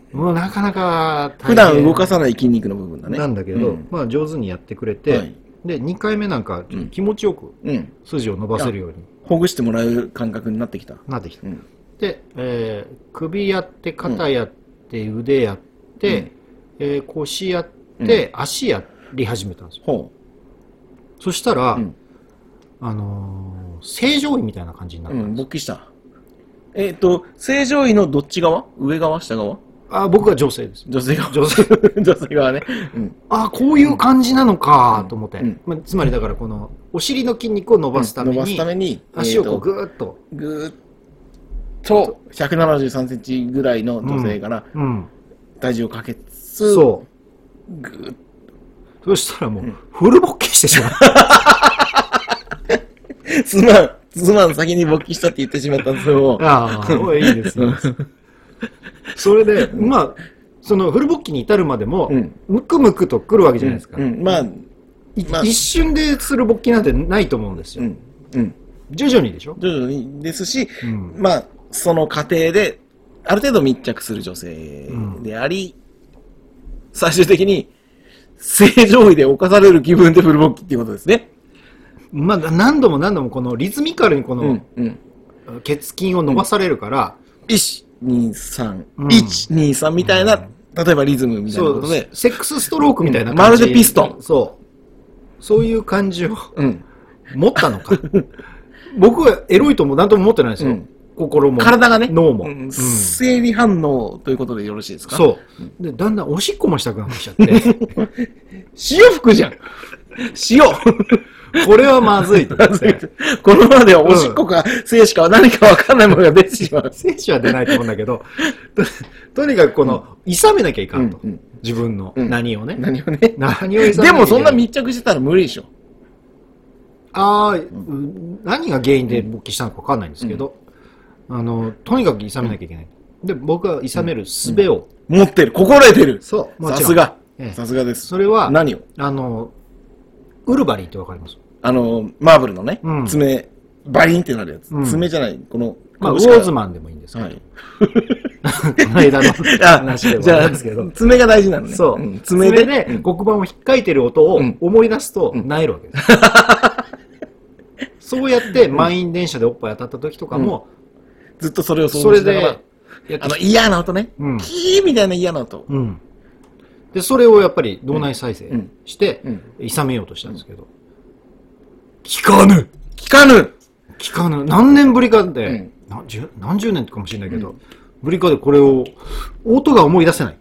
もうなかなか普段動かさない筋肉の部分だね。 なんだけど、うん、まあ上手にやってくれて、はい、でにかいめなんか気持ちよく筋を伸ばせるように、うん、 ほぐしてもらう感覚になってきた。 なってきた。うん、で、えー、首やって肩やって腕やってで、うんえー、腰やって、うん、足やり始めたんですよ。そしたら、うん、あのー、正常位みたいな感じになったんです。うん、 勃起した。えっ、ー、と、正常位のどっち側？上側下側？ あ、僕は女性です。 女性側。 女性女性側ね。 うん、あ、こういう感じなのかと思って、うんまあ。つまりだからこの、お尻の筋肉を伸ばすために、うん、伸ばすために足をこうぐーっと。 ぐーっと、ひゃくななじゅうさんセンチぐらいの女性から、うんうん体重をかけつそうぐーっそしたらもう、うん、フル勃起してしまうすまんすまん先に勃起したって言ってしまったんですよ。 ああいいですねそれでまあそのフル勃起に至るまでも、うん、むくむくとくるわけじゃないですか、 うんうん、まあまあ、一瞬でする勃起なんてないと思うんですよ。うん。うん。徐々にでしょ？ 徐々にですし、うん、まあ、その過程で、ある程度密着する女性であり、うん、最終的に、正常位で侵される気分でフル勃起っていうことですね。 まあ、何度も何度もこのリズミカルにこの、うんうん、血筋を伸ばされるから、 いち、に、さん、いち、に、さんみたいな、うん、例えばリズムみたいなことで。 セックスストロークみたいな感じ、うん、まるでピストン。 そう。そういう感じを、うん、持ったのか。僕はエロいとも何とも思ってないですよ。うん、心も。 体がね。 脳も、うんうん。生理反応ということでよろしいですか？ そう。で、だんだんおしっこもしたくなってきちゃって。 潮吹くじゃん。塩。 これはまずいと思って。 このままではおしっこか精子かは何かわかんないものが出てしまう。 精子は出ないと思うんだけど、と, とにかくこの、いさめなきゃいかんと。うんうん、自分の何をね。 うん、何をね。 何をいさめなきゃいけない。でもそんな密着してたら無理でしょ。 ああ、うん、何が原因で勃起したのかわかんないんですけど、うん、あの、とにかくいさめなきゃいけない。で、僕はいさめる術を、 うん、持ってる。心得てる。 そう。 さすが。さすがです。 それは、 何をあの、ウルバリンってわかります？ あの、マーブルのね、うん、爪、バリンってなるやつ。うん、爪じゃない、この、 まあ、ウォーズマンでもいいんですけど。はい。この間の話でもあるんですけど。 爪が大事なのね。 そう。うん、爪で、ね、うん、黒板を引っかいてる音を思い出すと、萎えるわけです。そうやって満員電車でおっぱい当たった時とかも、 うん、ずっとそれを想像しながら、あの嫌な音ね、 うん、 キーみたいな嫌な音、 うん、でそれをやっぱり脳内再生して諌めようとしたんですけど、効かぬ効かぬ効かぬ何年ぶりかで、うん、何十何十年かもしれないけど、うん、ぶりかでこれを音が思い出せない。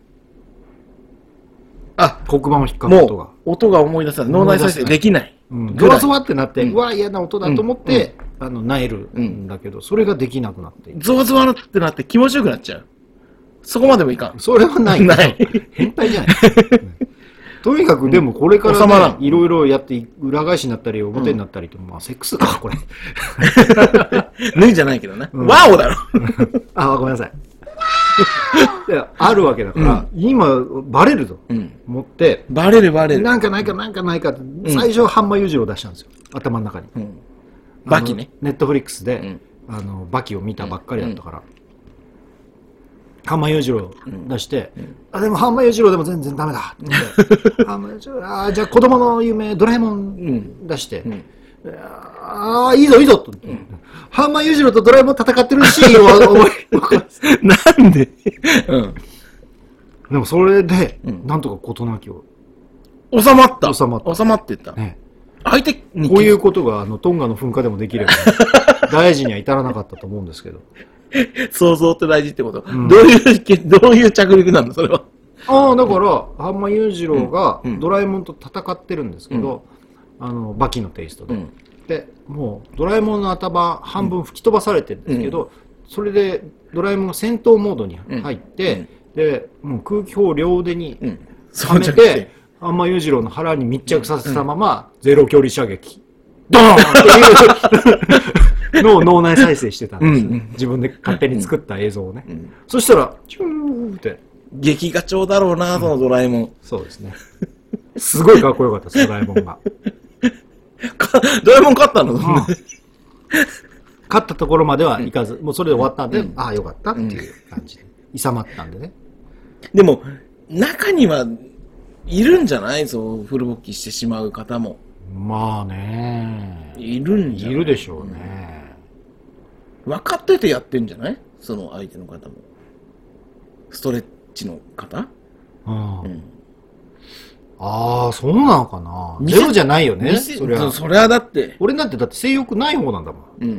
あ、 黒板を引っかく音が音が思い出せない。脳内再生できない。 ゾワゾワってなって、うわ、嫌な音だと思って、あの、萎えるんだけど、それができなくなって。 ゾワゾワってなって気持ちよくなっちゃう。そこまでもいかん。 それはない。 ない。 変態じゃない。とにかく、でもこれからね、いろいろやって、裏返しになったり、表になったりと、まあ、セックスか、これ。 脱いじゃないけどね。ワオだろ。 あ、ごめんなさい。あるわけだから、うん、今バレると思って、 うん、バレるバレるなんかないかなんかないかって、うん、最初ハンマー裕次郎を出したんですよ、頭の中に、うん、 バキね、 ネットフリックスで、うん、あのバキを見たばっかりだったから、うん、ハンマー裕次郎出して、うん、あでもハンマー裕次郎でも全然ダメだってハンマー裕次郎あじゃあ子供の夢ドラえもん出して、うんうん、ああいいぞいいぞと、うん、ハンマー裕次郎とドラえもん戦ってるシーンを思いなんで、うん、 でもそれで、うん、なんとか事なきを収まった収まった収まってった、 ね、 相手にこういうことがあのトンガの噴火でもできれば、ね、大事には至らなかったと思うんですけど想像って大事ってこと、うん、どういうどういう着陸なのそれは。 ああだからハンマー裕次郎がドラえもんと戦ってるんですけど、うん、あのバキのテイストで、うん、でもうドラえもんの頭半分吹き飛ばされてるんですけど、うん、それでドラえもんが戦闘モードに入って、うん、でもう空気砲を両腕にはめて、うん、ハンマー裕次郎の腹に密着させたまま、うん、ゼロ距離射撃ドーンっていうのを脳内再生してたんです、うん、自分で勝手に作った映像をね、うん、そしたらチューって劇画調だろうな、そのドラえもん、うん、 そうですねすごいかっこよかったですドラえもんがドラえもん勝ったの、うん、 勝ったところまではいかず、もうそれで終わったんで、うん、ああよかったっていう感じで諌まったんでね。 でも中にはいるんじゃないそうフル勃起してしまう方も。 まあねいるんじゃない。 いるでしょうね、 うん、分かっててやってんじゃないその相手の方もストレッチの方、 うん、うん、ああそうなのかな。ゼロじゃないよねそりゃ。そりゃだって俺なんてだって性欲ない方なんだもん。 うん、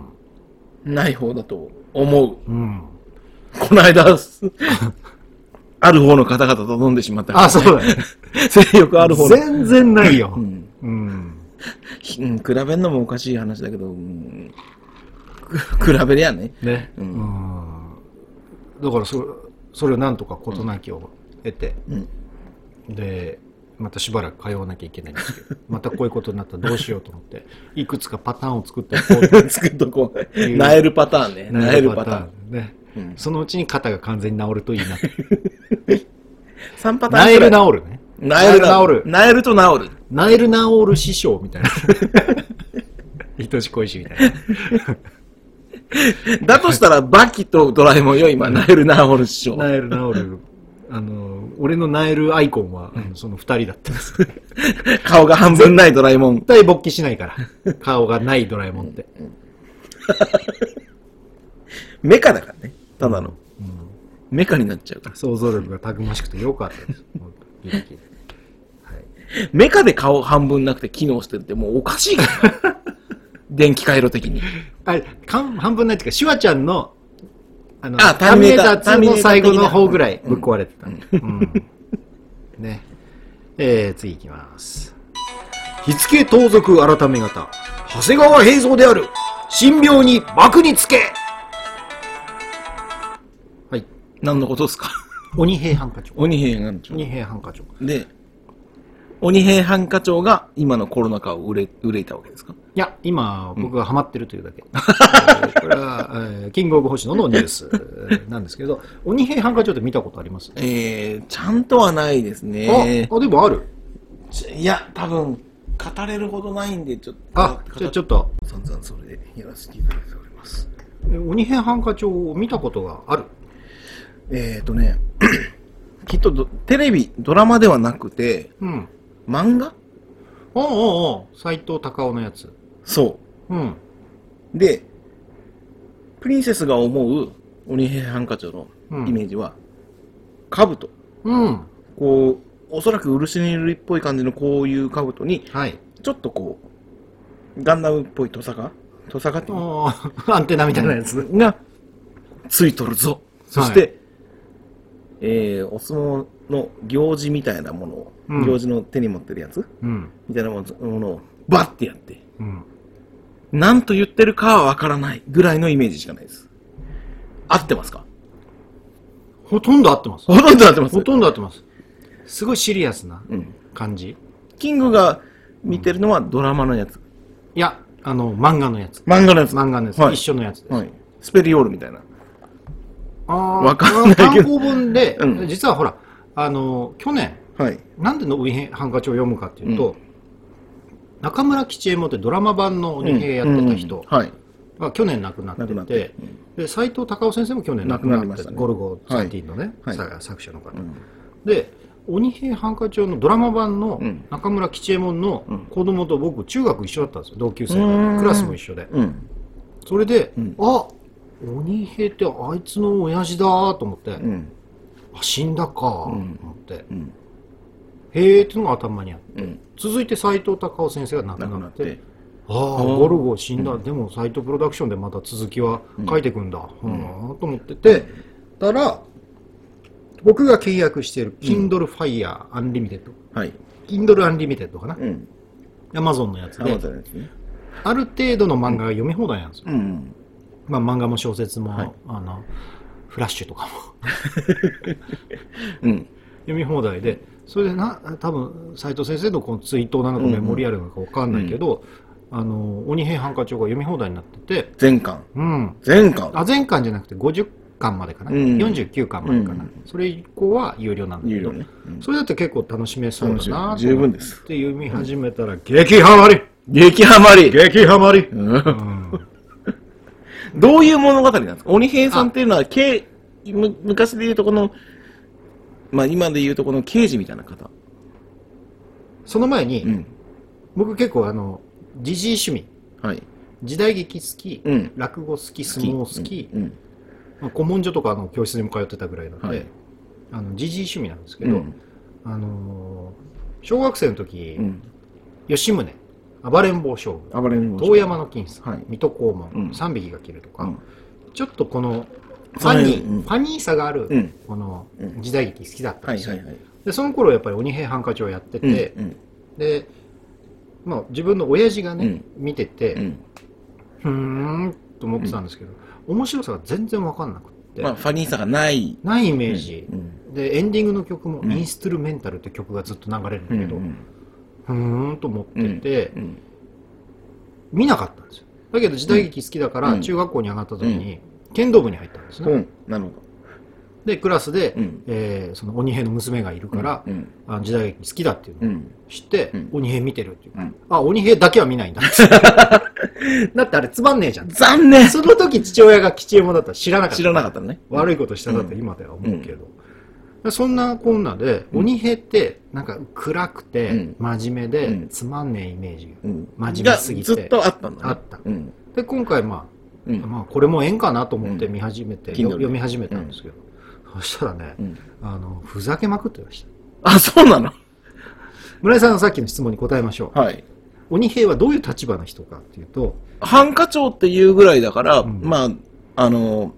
うん、ない方だと思う、 うん、 この間ある方の方々と飲んでしまったから、 ね、あそうだね性欲ある方の全然ないよ、うんうんうん、比べるのもおかしい話だけど、うん、比べりゃねね、うん、うんだからそれ、それをなんとか事なきを得て、うん、でまたしばらく通わなきゃいけないんですけどまたこういうことになったらどうしようと思っていくつかパターンを作っていこうと作っとこうなえるパターンねなえるパターンね、うん、そのうちに肩が完全に治るといいなさんパターンなえる治るねなえる治るなえると治るナエルナオール師匠みたいな。愛し恋しみたいな。だとしたら、バキとドラえもんよ、今、ナエルナオール師匠。 ナエルナオール。あの、俺のナエルアイコンは、うん、その二人だったんです。 顔が半分ないドラえもん。 絶対勃起しないから。顔がないドラえもんって。 メカだからね。ただの。うん、メカになっちゃうから。 想像力がたくましくてよかったです。はい、 メカで顔半分なくて機能してるってもうおかしいから。電気回路的に。 あれ、半分ないっていうか、シュワちゃんの、あの、 あ、ターミネーターツーの最後の方ぐらいぶっ壊れてた。うんうん、ね。えー、次いきます。火付盗賊改め方、長谷川平蔵である。神妙に幕につけ。はい。 何のことですか？ 鬼平犯科帳。 鬼平犯科帳。 鬼平犯科帳。 で、鬼平犯科帳が今のコロナ禍を憂いたわけですか？ いや、今、僕がハマってるというだけ。うん、これは、えー、キングオブ星野のニュースなんですけど、鬼平犯科帳って見たことあります？ えー、ちゃんとはないですね。 あ、あ、でもある？ いや、多分、語れるほどないんで、ちょっと。 あ、じゃあちょっと。 散々それでやらせていただいております。 鬼平犯科帳を見たことがある？ えーとね、きっとテレビ、ドラマではなくて、うん、漫画？ おうおうおう、斎藤隆夫のやつ。 そう。うん。で、プリンセスが思う鬼平犯科帳のイメージは、兜。うん。こう、おそらく漆塗りっぽい感じのこういう兜に、はい、ちょっとこう、ガンダムっぽいトサカトサカっていうのアンテナみたいなやつがついとるぞ。そして、はい、えー、お相撲の行事みたいなものを、うん、行事の手に持ってるやつ、うん、みたいなものをバッてやって、うん、何と言ってるかはわからないぐらいのイメージしかないです。合ってますか？ ほとんど合ってます。 ほとんど合ってます。 ほとんど合ってます。すごいシリアスな感じ。 うん、キングが見てるのはドラマのやつ。 いや、あの、漫画のやつ。 漫画のやつ。 漫画のやつ。はい、一緒のやつです。はい、 スペリオールみたいな。 ああ、わかんないけど。単行本で、うん、実はほら、あの、去年、はい、なんでの鬼平犯科帳を読むかっていうと、うん、中村吉右衛門ってドラマ版の鬼平やってた人が去年亡くなってて、うんうん、で斎藤隆夫先生も去年亡くなってました、ね、ゴルゴじゅうにのね、はい、作者の方、うん、で鬼平犯科帳のドラマ版の中村吉右衛門の子供と僕中学一緒だったんですよ、同級生でクラスも一緒で、うん、それで、うん、あ、鬼平ってあいつの親父だと思って、うん、あ、死んだかと思って、うん、へえっていうのが頭にあって、うん、続いて斎藤隆夫先生が亡くなって、ああ、ゴルゴ死んだ、うん、でも斎藤プロダクションでまた続きは書いていくんだ、うん、うん、と思ってて、たら僕が契約している Kindle Fire Unlimited、うん、はい、Kindle Unlimited かな、うん、Amazon のやつで、ね、ある程度の漫画が読み放題なんですよ、うん、まあ漫画も小説も、はい、あのフラッシュとかも、うん、読み放題で、それでな、多分斉藤先生のこの追悼なのかメモリアルなのか分かんないけど、うん、あの鬼平犯科帳が読み放題になってて、 全巻、 うん、 全巻、 あ、全巻じゃなくてごじゅっかんまでかな、うん、よんじゅうきゅうかんまでかな、うん、それ以降は有料なんだけど、ね、うん、それだって結構楽しめそうだな十分ですって読み始めたら、うん、激ハマり激ハマり激ハマり、うんうん、 どういう物語なんですか？鬼平さんっていうのは刑昔でいうとこの、まあ今でいうとこの刑事みたいな方。 その前に、うん、僕結構あの時事趣味、はい、時代劇好き、うん、落語好き、相撲好き、うん、まあ、古文書とかの教室にも通ってたぐらいなので、はい、あの時事趣味なんですけど、うん、あのー、小学生の時、うん、吉宗、暴れん坊将軍、遠山の金さん、はい、水戸黄門、うん、三匹が切るとか、うん、ちょっとこのファニー、うん、ファニーさがある、うん、この時代劇好きだったんですよ。でその頃やっぱり鬼平犯科帳をやってて、うんうん、で、まあ、自分の親父がね、うん、見てて、うん、ふーんと思ってたんですけど、うん、面白さが全然分かんなくて、 まあ、ファニーさがないないイメージ、うん、でエンディングの曲も、うん、インストゥルメンタルって曲がずっと流れるんだけど、うん、ふーんと思ってて、うんうん、見なかったんですよ。だけど時代劇好きだから、中学校に上がった時に、剣道部に入ったんですね。 うん、なるほど。 でクラスで、 うんえーその鬼平の娘がいるから、 うんあの時代劇好きだっていうのをうん知って、 うん鬼平見てるっていう、 うんあ鬼平だけは見ないんだってだってあれつまんねえじゃん。 残念その時父親が吉右衛門だったら知らなかった。 知らなかったのね。 悪いことしたんだって今では思うけど、そんなこんなで、 うん鬼平ってなんか暗くて、 うん真面目で、 うんつまんねえイメージが、 うん真面目すぎてがずっとあったんだね。 あったうん。 で今回まあ、 うん。 まあこれも縁かなと思ってうん見始めて、 Kindle よ読み始めたんですけど、そしたらね、 うんあのふざけまくってました。 あ、そうなの。 村井さんのさっきの質問に答えましょう。 はい。 鬼平はどういう立場の人かっていうと、 繁華町っていうぐらいだから、 うんまあ、あの、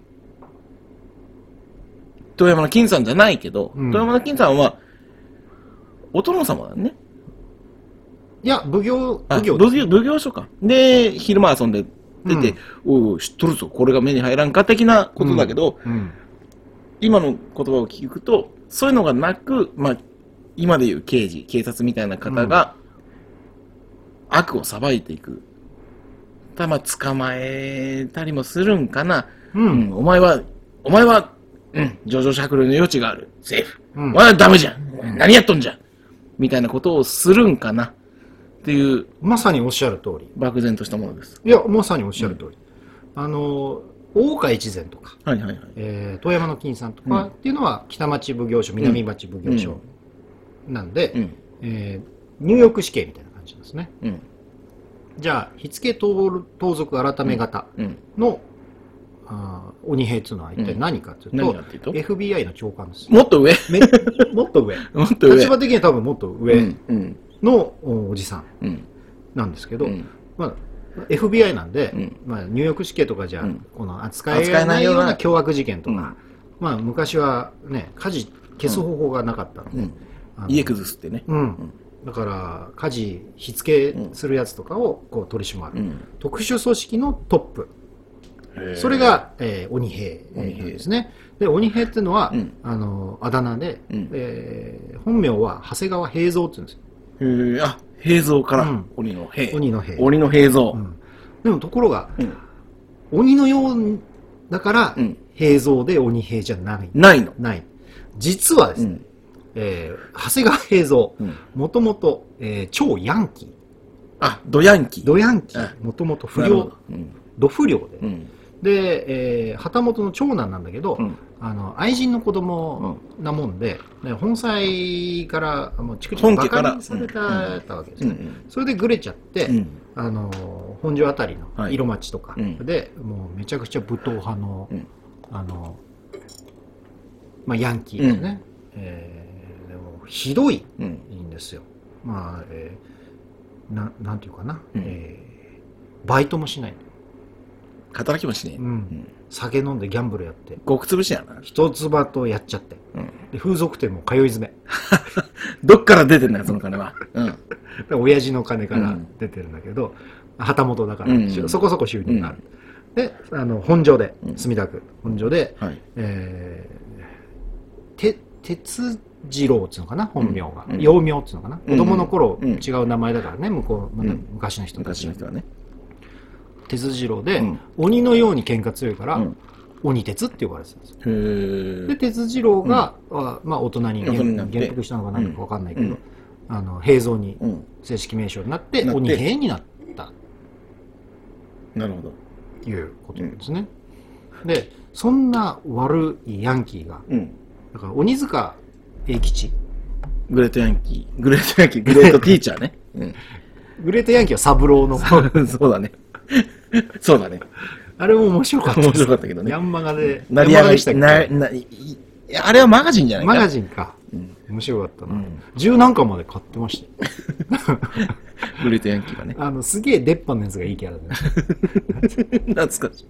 遠山の金さんじゃないけど、 うん遠山の金さんは、お殿様だね。 いや奉行あ奉行奉行奉行所か。で、昼間遊んで出て、おいおい、知っとるぞ、これが目に入らんか的なことだけど、 うん今の言葉を聞くと、そういうのがなく、まあ、今でいう刑事、警察みたいな方が、悪を裁いていく。ただまあ、捕まえたりもするんかな。 うんうんお前は、お前は、うん、上場酌量の余地がある。セーフ。 うんお前はダメじゃん。何やっとんじゃん。みたいなことをするんかな。っていう、 まさにおっしゃる通り。 漠然としたものです。 いやまさにおっしゃる通り、あの大岡越前とか、 はいはいはい。 えー、遠山の金さんとかうんっていうのは北町奉行所、南町奉行所なんで、 うん。 えー、入浴死刑みたいな感じですね。 うん。 じゃあ火付盗盗賊改め方うん。 の、あー鬼平っていうのは一体何かというと、 何かっていうとエフビーアイ の長官です。 もっと上めもっと上もっと上。 立場的には多分もっとう上ん。うん。 のおおじさんうん。 なんですけど、 うんまあ、エフビーアイ なんで、 うんまあ、入浴死刑とかじゃ、 うんこの扱えないような凶悪事件とか、 うんまあ、昔はね火事消す方法がなかったので、 うん。 あの家崩すってね。 うん、だから火事火付けするやつとかをこう取り締まる、 うん。 特殊組織のトップ、それ、が、えー鬼平鬼平ですね。で鬼平っていうのは、 うんあのあだ名で、 うんえー本名は長谷川平蔵っていうんですよ。 へえ、あ、平蔵から、 うん鬼の平。 鬼の平、 鬼の平蔵う。んでもところがうん。 鬼のようだから、 うん平蔵で鬼平じゃない。 ないの。 ない。実はですね、 うん。 えー長谷川平蔵、 うん。 もともと、えー超ヤンキー、 あ、ドヤンキー。 ドヤンキあー、もともと不良なるほど、うん。 ド不良で、 うん。 で、えー旗本の長男なんだけど、 うん。 あの愛人の子供なもんで、ね本妻からもうチクチクバ本家からカにされたたわけですね、 うん。 それでぐれちゃって、 うん。 あの本所あたりのはい色町とかうんで、もうめちゃくちゃ武闘派の、 うんあのまあ、ヤンキーですね、えーでもひどいうん。 んですよ。まあ、えーななんていうかな、 うんえーバイトもしない、 働きもしねえ。 うんうん。 酒飲んでギャンブルやって極潰しやな。 一つ葉とやっちゃって、 うん。 で風俗店も通い詰めどっから出てんだよ、その金は。うん。 で親父の金からうん出てるんだけど、旗本だから、 うんそこそこ収入がある、であの本所でうん墨田区本所で、 はい。 えー、て鉄次郎っていうのかな本名が、 うん幼名っていうのかな、 うん子供の頃、 うん違う名前だからね向こう、まだうん昔の人たち、 昔の人はね。 鉄次郎で、 うん鬼のように喧嘩強いから、 うん鬼鉄って呼ばれてたんですよ。 へえ。 で鉄次郎が、あまあ、大人に大人になって元服したのか何か分かんないけど、 うんあの平蔵にうん。 正式名称になってなって鬼平になったなるほど。 ということなんですね、でそんな悪いヤンキーがうん。 だから鬼塚英吉、 グレートヤンキー。グレートヤンキー、グレートティーチャーね。うん。 グレートヤンキーは三郎のそうだね。そうだね。 あれも面白かったです面白かったけどねヤンマガで成り上がりヤンマガでしたっけな、な、いいやあれはマガジンじゃないかマガジンか、 うん。 面白かったな、 うん十何巻まで買ってましたよグレートヤンキーがね。 あのすげえ出っ歯のやつがいいキャラで、ね、 懐かし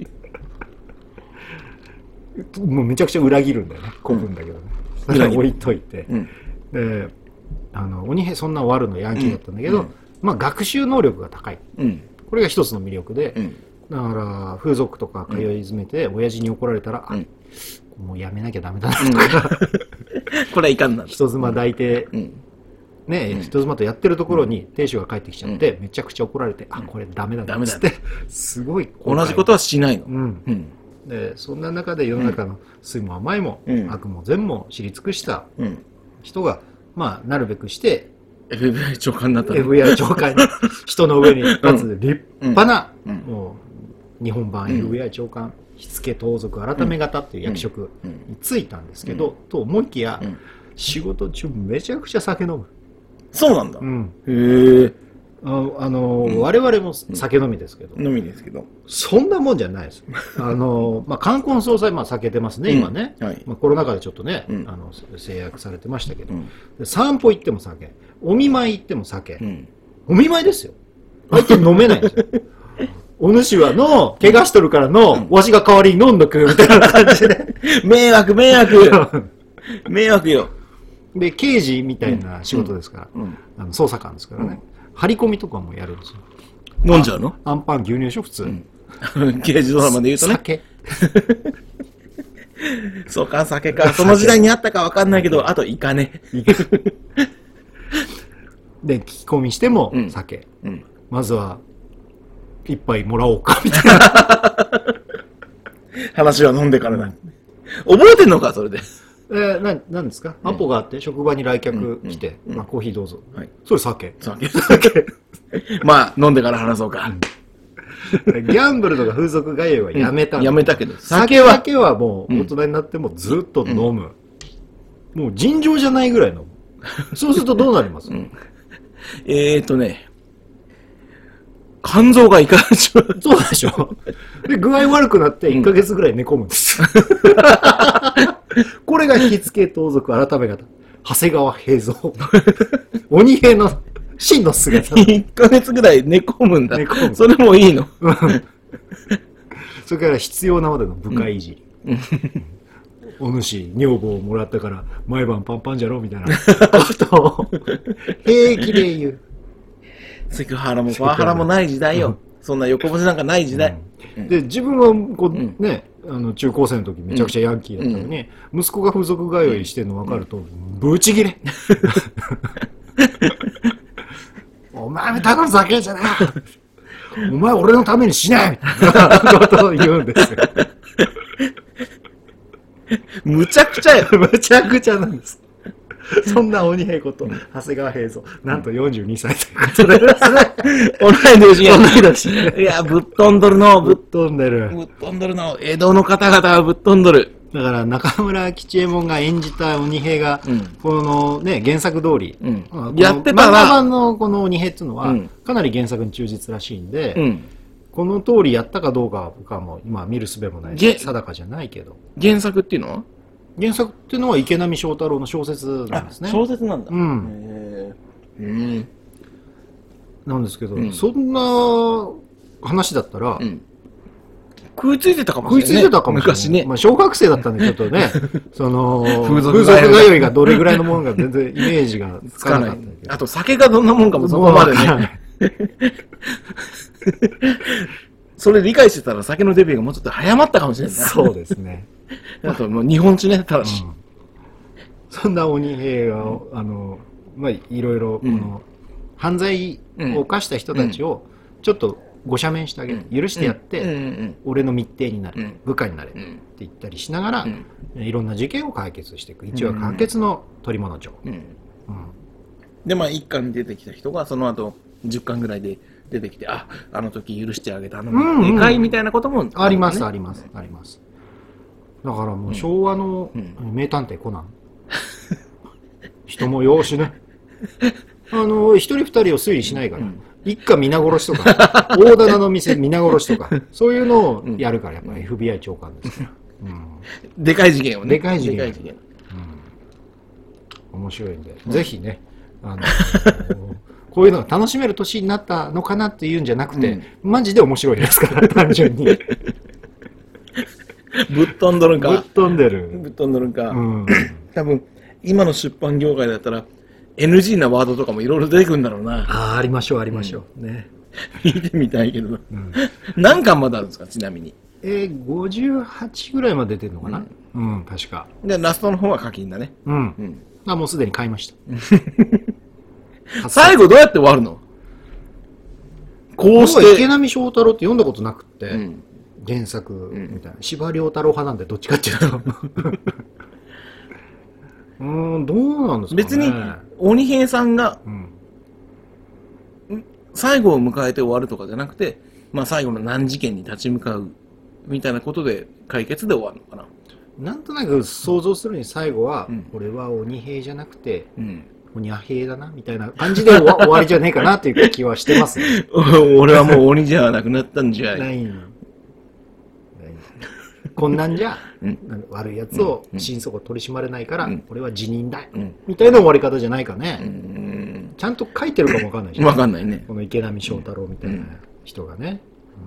い。 もうめちゃくちゃ裏切るんだよね古文だけどね、それは置いといて、 うん。 であの鬼平そんな悪のヤンキーだったんだけど、 うんまあ学習能力が高い、 うん。 これが一つの魅力で、 うん。 だから風俗とか通い詰めて、親父に怒られたら、あうんもうやめなきゃダメだなとか、 これはいかんな。 人妻抱いて、 うん。 ねうん人妻とやってるところに亭主が帰ってきちゃって、めちゃくちゃ怒られて、あこれダメだダメだっつってすごい後悔同じことはしないの。 うんうん。 でそんな中で世の中の酸いも甘いも、うん、悪も善も知り尽くした人が、まあなるべくしてエフビーアイ 長官になったエフビーアイ 長官に人の上に立つ立派な、うん、もう日本版 エフビーアイ 長官火付盗賊改め方っていう役職に就いたんですけど、うん、と思いきや、うん、仕事中めちゃくちゃ酒飲む。 そうなんだ、 うん、 へえ。 あ, あの、うん、我々も酒飲みですけど、 うん、飲みですけどそんなもんじゃないですあの、まあ、冠婚葬祭、まあ、避けてますね、うん、今ね、はい、まあ、コロナ禍でちょっとね、うん、あの制約されてましたけど、うん、散歩行っても酒、お見舞い行っても酒、うん、お見舞いですよ、相手飲めないんですよお主はの怪我しとるからの、うん、わしが代わりに飲んどくみたいな感じで迷惑迷惑迷惑よ。 で刑事みたいな仕事ですから、うんうん、あの捜査官ですからね、うん、張り込みとかもやるんですよ。 飲んじゃうの？ アンパン牛乳でしょ普通、 うん、刑事ドラマで言うとね、 酒そうか酒か、その時代にあったか分かんないけど、あとイカねで聞き込みしても酒、うんうん、まずは一杯もらおうかみたいな話は飲んでからだ、うん、覚えてんのかそれで。 えー、ななんですか、アポがあって職場に来客来て、うんうん、まあ、コーヒーどうぞ、はい、それ酒酒酒まあ飲んでから話そうかギャンブルとか風俗通いはやめた、うん、 やめたけど酒は酒はもう大人になってもずっと飲む、うん、もう尋常じゃないぐらい飲むそうするとどうなります、うん、 えーとね肝臓がいかないしょそうでしょで具合悪くなっていっかげつぐらい寝込むんです、うん、これが火付盗賊改め方長谷川平蔵鬼平の真の姿いっかげつぐらい寝込むんだ。寝込むそれもいいのそれから必要なまでの部下いじり、うん、お主女房をもらったから毎晩パンパンじゃろみたいなことを平気で言う。 セクハラもパワハラもない時代よ、うん、そんな横文字なんかない時代、 うん、で自分はこう、うん、ねあの中高生の時めちゃくちゃヤンキーだったのに、うん、息子が風俗通いしてるの分かると、うん、ブチギレお前ただの酒じゃないお前俺のためにしないみたいなことを言うんですよむちゃくちゃよむちゃくちゃなんですそんな鬼平こと、うん、長谷川平蔵、なんとよんじゅうにさいということでですね。 同い年や。同い年。いや、ぶっ飛んどるの。 ぶっ飛んでる。 ぶっ飛んどるの。江戸の方々はぶっ飛んどる。 だから中村吉右衛門が演じた鬼平が、うん、このね、原作通り、うん、 やってたら、 漫画版のこの鬼平っていうのは、うん、かなり原作に忠実らしいんで、うん、この通りやったかどうか僕はもう今見る術もないし、定かじゃないけど。 原作っていうのは原作っていうのは池波正太郎の小説なんですね。 小説なんだ。 うん。へうん。なんですけど、うん、そんな話だったら、うん、 食いついてたかもしれない、 ね。食いついてたかもしれない。昔ね。まあ小学生だったんでちょっとね、その風俗通いがどれぐらいのものが全然イメージがつかなかったけど。 あと酒がどんなもんかもそこまでね。それ理解してたら酒のデビューがもうちょっと早まったかもしれない。 そうですね。 あともう日本酒ね、ただし、うん、 そんな鬼平が、うん、あのまあいろいろこの、うん、犯罪を犯した人たちをちょっとご赦免してあげる、うん、許してやって、うん、俺の密偵になる、うん、部下になれって言ったりしながら、うん、いろんな事件を解決していく一話完結の取り物帳、うんうん、 でまあ一巻に出てきた人がその後じゅっかんぐらいで出てきて、ああの時許してあげたあの密偵会みたいなことも、ね、 ありますありますあります。だからもう昭和の名探偵コナン、うん、人もよう死ぬあの一人二人を推理しないから、うん、一家皆殺しとか大棚の店皆殺しとかそういうのをやるからやっぱり エフビーアイ 長官ですから、 うん、でかい事件をねでかい事件、うん、面白いんで、うん、ぜひねあのこういうのが楽しめる年になったのかなっていうんじゃなくて、うん、マジで面白いですから単純にぶっ飛んどるんか。 ぶっ飛んでる。 ぶっ飛んどるんか。うん、多分、今の出版業界だったら、エヌジー なワードとかもいろいろ出てくるんだろうな。 ああ、ありましょう、ありましょう。うん、ね。 見てみたいけど。うん、何巻まであるんですか、ちなみに。 えー、ごじゅうはちぐらいまで出てるのかな、うん、うん、確か。 で、ラストの方は課金だね。 うん。うん、あ、もうすでに買いました。 最後どうやって終わるの？こうして。 池波正太郎って読んだことなくって、うん、 原作みたいな。司馬遼太郎派なんでどっちかっていうと。うーん、どうなんですかね。 別に、鬼平さんが、最後を迎えて終わるとかじゃなくて、まあ最後の難事件に立ち向かう、みたいなことで解決で終わるのかな。 なんとなく想像するに最後は、うん、俺は鬼平じゃなくて、うん、鬼ア平だな、みたいな感じで終 わ, 終わりじゃねえかなっていう気はしてますね。 俺はもう鬼じゃなくなったんじゃない。こんなんじゃ、うん、悪いやつを心底取り締まれないから、うん、俺は辞任だ、うん、みたいな終わり方じゃないかね。うん、ちゃんと書いてるかもわかんないし、 ね。わかんないね。 この池波正太郎みたいな人がね。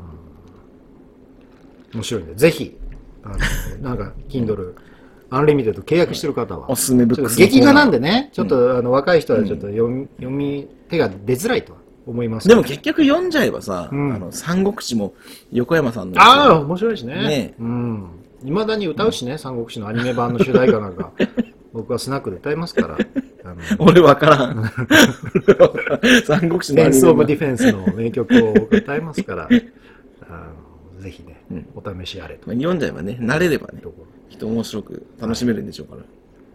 うん、面白いんで、ぜひ、あの、なんか、Kindle、アンリミテッド契約してる方は、 おすすめブックス。 劇画なんでね、ちょっと、うん、あの若い人はちょっと読み、読み手が出づらいとは思います、 ね。でも結局読んじゃえばさ、うん、あの三国志も横山さんの。 ああ、面白いしね。ね、うん。未だに歌うしね、うん、三国志のアニメ版の主題歌なんか、僕はスナックで歌いますから。 あの俺わからん。三国志のアニメ版。 デンス・オブ・ディフェンスの名曲を歌いますから、あのぜひね、うん、お試しあれと。 読んじゃえばね、慣れればね、きっと面白く楽しめるんでしょうから。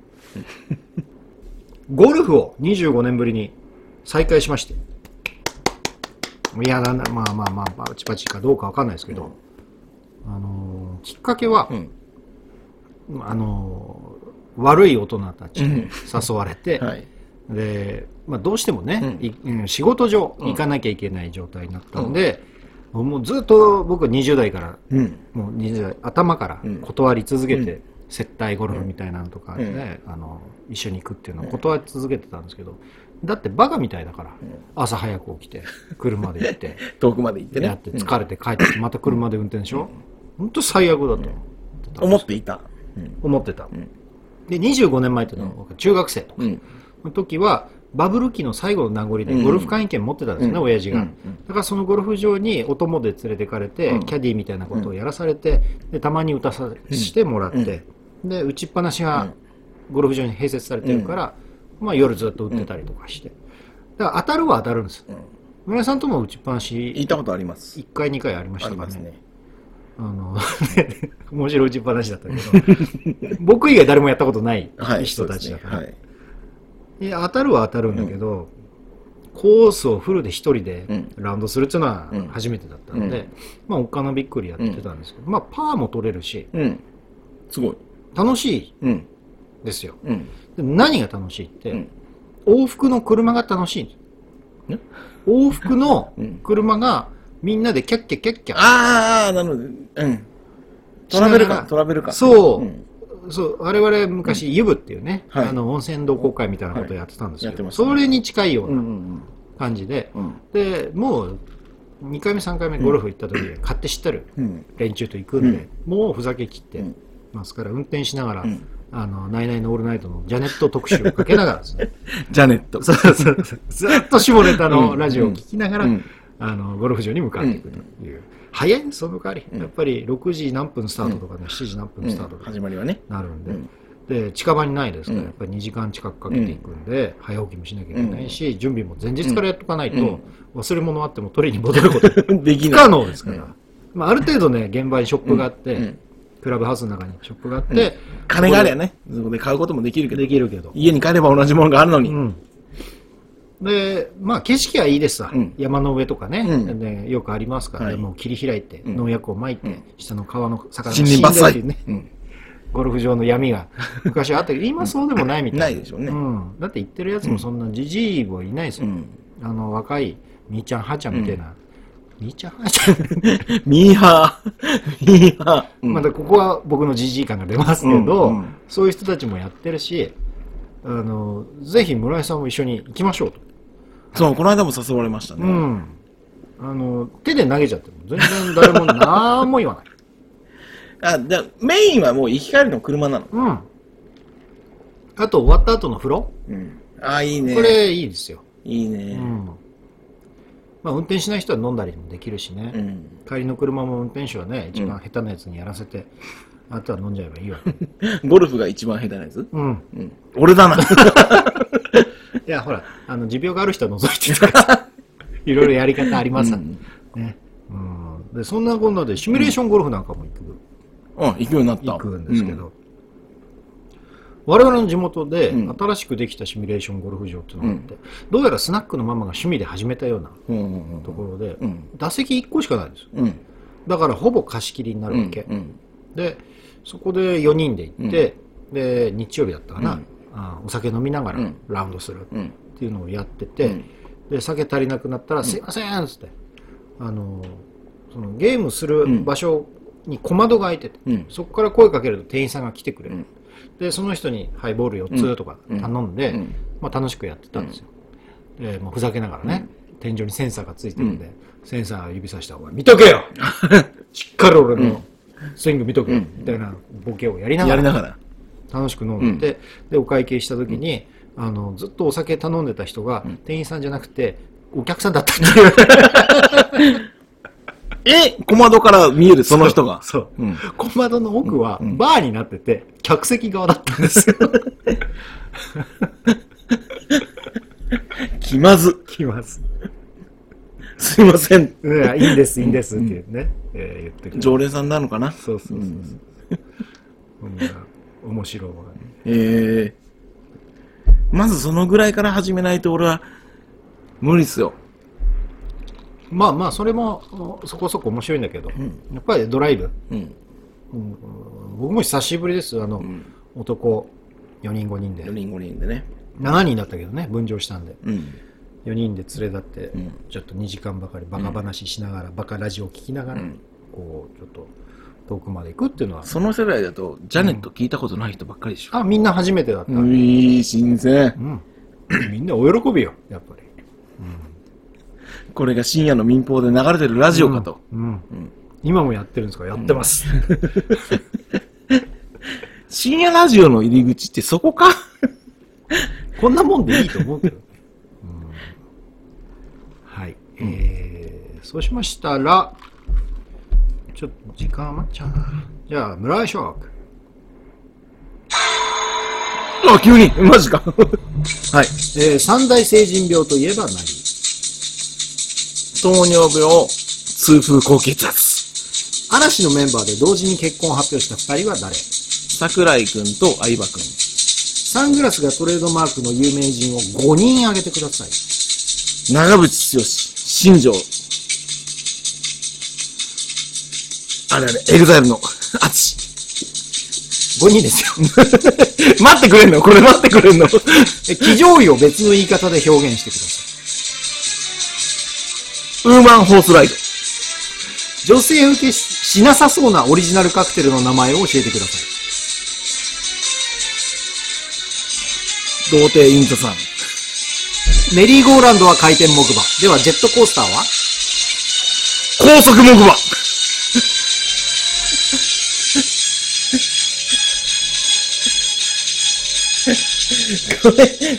ゴルフをにじゅうごねんぶりに再開しまして。いや、まあまあまあ、パチパチかどうかわかんないですけど、あのー、きっかけは、うん、あのー、悪い大人たちに誘われて、うんはい、で、まあ、どうしてもね、うん、仕事上行かなきゃいけない状態になったんで、うん、もうずっと僕はにじゅう代から、うん、もうにじゅう代頭から断り続けて、うん、接待ゴルフみたいなのとかでね、うん、あの一緒に行くっていうのを断り続けてたんですけど、だってバカみたいだから、朝早く起きて車で行って遠くまで行ってね、 やって疲れて帰ってまた車で運転でしょ。本当最悪だと思っていた、 思ってた。でにじゅうごねんまえっていうのは僕中学生とかの時はバブル期の最後の名残でゴルフ会員権持ってたんですよね、親父が。だからそのゴルフ場にお供で連れてかれて、キャディーみたいなことをやらされて、でたまに打たさせてもらって、で打ちっぱなしがゴルフ場に併設されてるから、まあ、夜ずっと打ってたりとかして、だから当たるは当たるんです。村井さんとも打ちっぱなし行ったことあります。 いっかいにかいありましたかね。あの面白い打ちっぱなしだったけど僕以外誰もやったことない人たちだから、はいねはい、いや当たるは当たるんだけど、うん、コースをフルで一人でラウンドするっていうのは初めてだったので、うん、まあおっかなびっくりやってたんですけど、うん、まあパーも取れるし、うん、 すごい楽しいですよ、うん、で何が楽しいって、うん、往復の車が楽しいんです。往復の車がみんなでキャッキャキャッキャ。 ああ、なるほど。うん。トラベルか、トラベルか。 そう。うん、そう。我々昔、ユブっていうね、うんはい、あの、温泉同好会みたいなことをやってたんですけど、はい、それに近いような感じで、うんうんうん、で、もう、にかいめさんかいめゴルフ行った時で買って知ってる連中と行くんで、うん、もうふざけ切ってますから、運転しながら、うん、あの、ナイナイのオールナイトのジャネット特集をかけながらですね。 ジャネット。 そうそうそう。ずっと下ネタのラジオを聞きながら、うんうんあのゴルフ場に向かっていくという、うん、早いんですその代わり、うん、やっぱりろくじ何分スタートとかね、うん、しちじ何分スタートとか、 始まりはねなるんで、うん、で近場にないですから、うん、やっぱりにじかん近くかけていくんで、うん、早起きもしなきゃいけないし、うん、準備も前日からやっとかないと、うん、忘れ物あっても取りに戻ることできない不可能ですから、うんまあ、ある程度ね現場にショップがあって、うん、クラブハウスの中にショップがあって、うん、 金がありゃねそこで買うこともできるけどできるけど家に帰れば同じものがあるのに、うんで、まあ景色はいいですわ。うん、山の上とかね、うん、でよくありますから、ねはい、もう切り開いて、農薬をまいて、うん、下の川の魚が死んでるっていうね、うん、ゴルフ場の闇が昔あったけど、今そうでもないみたいな。 ないでしょうね。 うん。だって言ってるやつもそんなじじいはいないですよ。うん、あの若いみーちゃんはーちゃんみたいな。みーちゃんはーちゃんミーハー。ミーハー。まだここは僕のじじい感が出ますけど、うんうん、そういう人たちもやってるし、あの、ぜひ村井さんも一緒に行きましょうと。 そう、この間も誘われましたね。 うん。あの、手で投げちゃっても、全然誰も何も言わない。あ、じゃあメインはもう行き帰りの車なの？ うん。あと、終わった後の風呂？ うん。あ、いいね。 これ、いいですよ。 いいね。うん。 まあ、運転しない人は飲んだりもできるしね。うん。帰りの車も運転手はね、一番下手なやつにやらせて、うん、あとは飲んじゃえばいいわけ。 ゴルフが一番下手なやつ？ うん。 うん。俺だな。 いやほらあの持病がある人は除いてとかいろいろやり方あります、うんねうん、 でそんなこんなでシミュレーションゴルフなんかも行く、 うん、あ行くようになった。 行くんですけど、うん、我々の地元で新しくできたシミュレーションゴルフ場っていうのがあって、うん、どうやらスナックのママが趣味で始めたようなところで、うん、打席いっこしかないんですよ、うん、だからほぼ貸し切りになるわけ、うんうん、でそこでよにんで行って、うん、で日曜日だったかな、うん、あお酒飲みながらラウンドするっていうのをやってて、うん、で酒足りなくなったら「すいません」っつってあのそのゲームする場所に小窓が開いてて、うん、そこから声かけると店員さんが来てくれる、うん、でその人にハイボールよっつとか頼んで、うんうんまあ、楽しくやってたんですよ、うんでまあ、ふざけながらね、うん、天井にセンサーがついてるんで、うん、センサー指さした方が見とけよしっかり俺のスイング見とけよ、うん、みたいなボケをやりながら、やりながら楽しく飲んで、うん、でお会計した時に、うん、あのずっとお酒頼んでた人が、うん、店員さんじゃなくてお客さんだったっていうえ小窓から見えるその人がそう、そう、うん、小窓の奥はバーになってて、うん、客席側だったんですよ気まず気まずすいませんいやいいんですいいんですっていうね、うんえー、言ってくれる常連さんなのかなそうそうそうそう、うん、こんな面白いわねえー、まずそのぐらいから始めないと俺は無理っすよまあまあそれもそこそこ面白いんだけど、うん、やっぱりドライブ、うんうん、僕も久しぶりですあの、うん、男よにんごにんでよにんごにんでねしちにんだったけどね分乗したんで、うん、よにんで連れ立って、うん、ちょっとにじかんばかりバカ話しながら、うん、バカラジオを聞きながら、うん、こうちょっと遠くまで行くっていうのはその世代だとジャネット聞いたことない人ばっかりでしょ、 うん、あみんな初めてだったういー新鮮、 うん、みんなお喜びよやっぱり、 うんこれが深夜の民放で流れてるラジオかと、うんうんうん、 今もやってるんですかやってます、うん、 深夜ラジオの入り口ってそこかこんなもんでいいと思うけど、うん、はい、うん、えー、そうしましたらちょっと時間余っちゃうなじゃあ村井ショックあ急にマジかはい、えー、三大成人病といえば何糖尿病、痛風高血圧。 嵐のメンバーで同時に結婚を発表したふたりは誰？ 桜井くんと相葉くん。 サングラスがトレードマークの有名人をごにん挙げてください。 長渕剛、新庄。あれあれ、エグザイルの淳。 ごにんですよ。待ってくれんのこれ待ってくれんの騎乗位を別の言い方で表現してください。 ウーマンホースライド。 女性受けしなさそうなオリジナルカクテルの名前を教えてください。童貞インチョさん。メリーゴーランドは回転木馬。ではジェットコースターは高速木馬。これ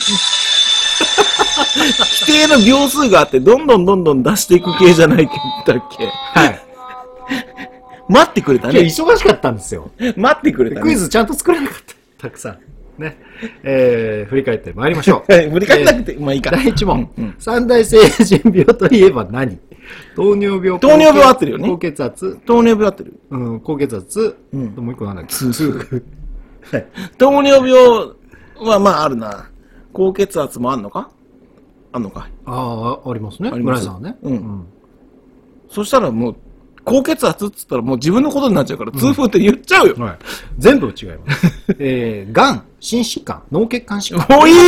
規定の秒数があってどんどんどんどん出していく系じゃないけどだっけはい待ってくれたね忙しかったんですよ待ってくれたねクイズちゃんと作れなかったたくさんねえー、振り返ってまいりましょう振り返らなくて、えー、まあいいかだいいち問、うん、三大成人病といえば何糖尿病糖尿病合ってるよね高血圧糖尿病合ってるうん高血圧、うん、もう一個なんだっけ痛風糖尿病はまああるな高血圧もあんのかあんのかああ、ありますね。村井さんはね。うん。うん、 そしたらもう、高血圧っつったらもう自分のことになっちゃうから、痛風って言っちゃうよ。うんはい、 全部違います。えー、がん、心疾患、脳血管疾患。 おい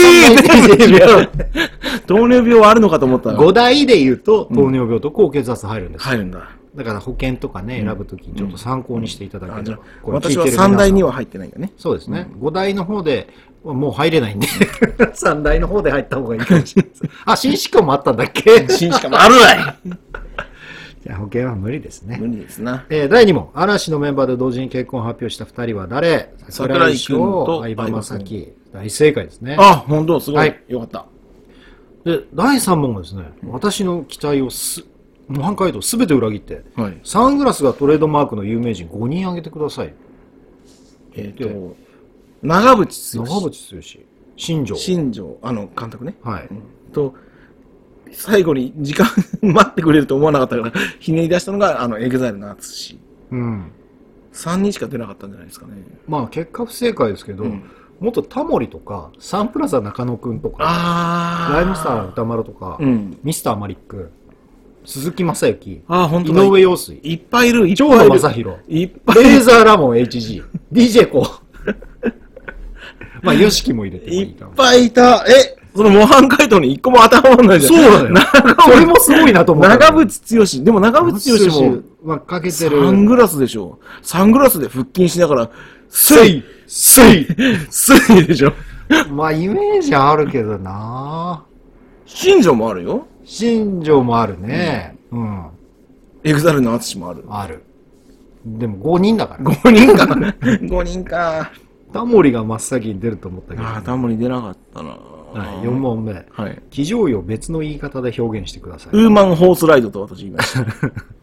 糖尿病はあるのかと思ったら。 ご大で言うと、糖尿病と高血圧入るんです、 うん、入るんだ。 だから保険とかね、選ぶときにちょっと参考にしていただければ。 うん、私はさん大には入ってないよね。 そうですね。うん、ご大の方で、もう入れないんでさん大の方で入った方がいいかもしれないです。あ、心疾患もあったんだっけ心疾患もあるわいじゃあ保険は無理ですね。 無理ですな。 えー、だいに問。嵐のメンバーで同時に結婚を発表したふたりは誰？ 桜井君と相葉雅紀。大正解ですね。 あ、本当すごい。はい、よかった。 で、だいさん問はですね、私の期待をす、模範解答すべて裏切って、はい、サングラスがトレードマークの有名人ごにん挙げてください。 えっ、ー、と、長渕剛。 長渕剛。新庄。 新庄、あの、監督ね。 はい。 うん、と、 最後に時間待ってくれると思わなかったから、ひねり出したのが、あの、エグザイルの淳。 うん。 さんにんしか出なかったんじゃないですかね。 まあ、結果不正解ですけど、うん、もっとタモリとか、サンプラザ中野くんとか、ライムスター歌丸とか、うん、ミスターマリック、鈴木雅之、 あ本当井上陽水、 いっぱいいる、 長野正宏、いっぱいレーザーラモン エイチジー、ディージェー コー。まあ、ヨシキも入れてもいいかも。 いっぱいいた。えその模範解答に一個も当てはまらないじゃん。 そうだよ。それもすごいなと思う。 長渕剛。でも長渕剛も、 まあ、かけてる。 サングラスでしょ。サングラスで腹筋しながら、 せいせいせいでしょ。 まあ、イメージあるけどな新庄もあるよ。 新庄もあるね。うん。 エグザイルの淳もある。 ある。でもごにんだから。 ごにんか。ごにんか。 タモリが真っ先に出ると思ったけど、ね。 ああ、タモリ出なかったな。 はい、よん問目。はい。騎乗位を別の言い方で表現してください。 ウーマンホースライドと私言いました。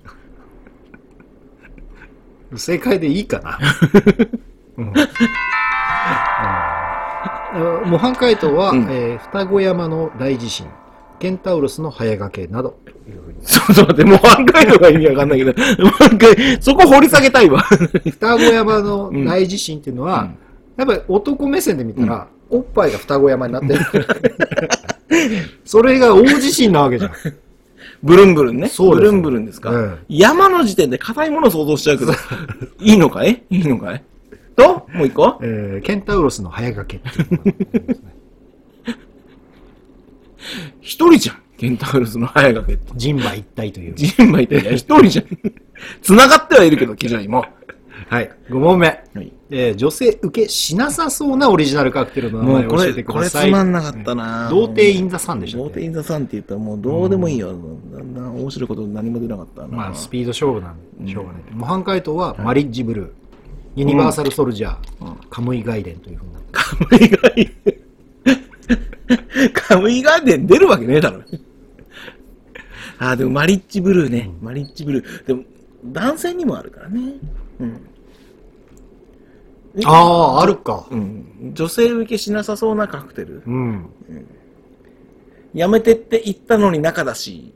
正解でいいかな。うん、模範解答は、うんえー、双子山の大地震、ケンタウロスの早掛けなど。 ちょっと待って、模範解答が意味わかんないけど、そこ掘り下げたいわ。 双子山の大地震っていうのは、うん、やっぱり男目線で見たら、うん、おっぱいが双子山になってる。それが大地震なわけじゃん。 ブルンブルンね。 そうブルンブルンですか、うん、山の時点で硬いものを想像しちゃうけど、いいのかいいいのかいと、もう一個、 えー、ケンタウロスの早掛けっていうのがありますね。 一人じゃん。ケンタウロスの早掛けって。 人馬一体という。 人馬一体。いや、一人じゃん。繋がってはいるけど、騎乗位も。 はい。ご問目。はいえー、女性受けしなさそうなオリジナルカクテルの名前を教えてください。 これ、これつまんなかったな、 うん、童貞インザサンでしたっけ。 童貞インザサンって言ったらもうどうでもいいよ。うん、だんだん面白いこと何も出なかったな。 まあ、スピード勝負なんでしょうがない。うん、模範解答は、マリッジブルー、ユニバーサルソルジャー、うん、カムイガイデンというふうになって。 カムイガイデンカムイガイデン出るわけねえだろ。ああ、でもマリッジブルーね。うん、マリッジブルー。でも、男性にもあるからね。うん。 ああ、あるか、 うん。女性受けしなさそうなカクテル。 うん。うん、 やめてって言ったのに中だし。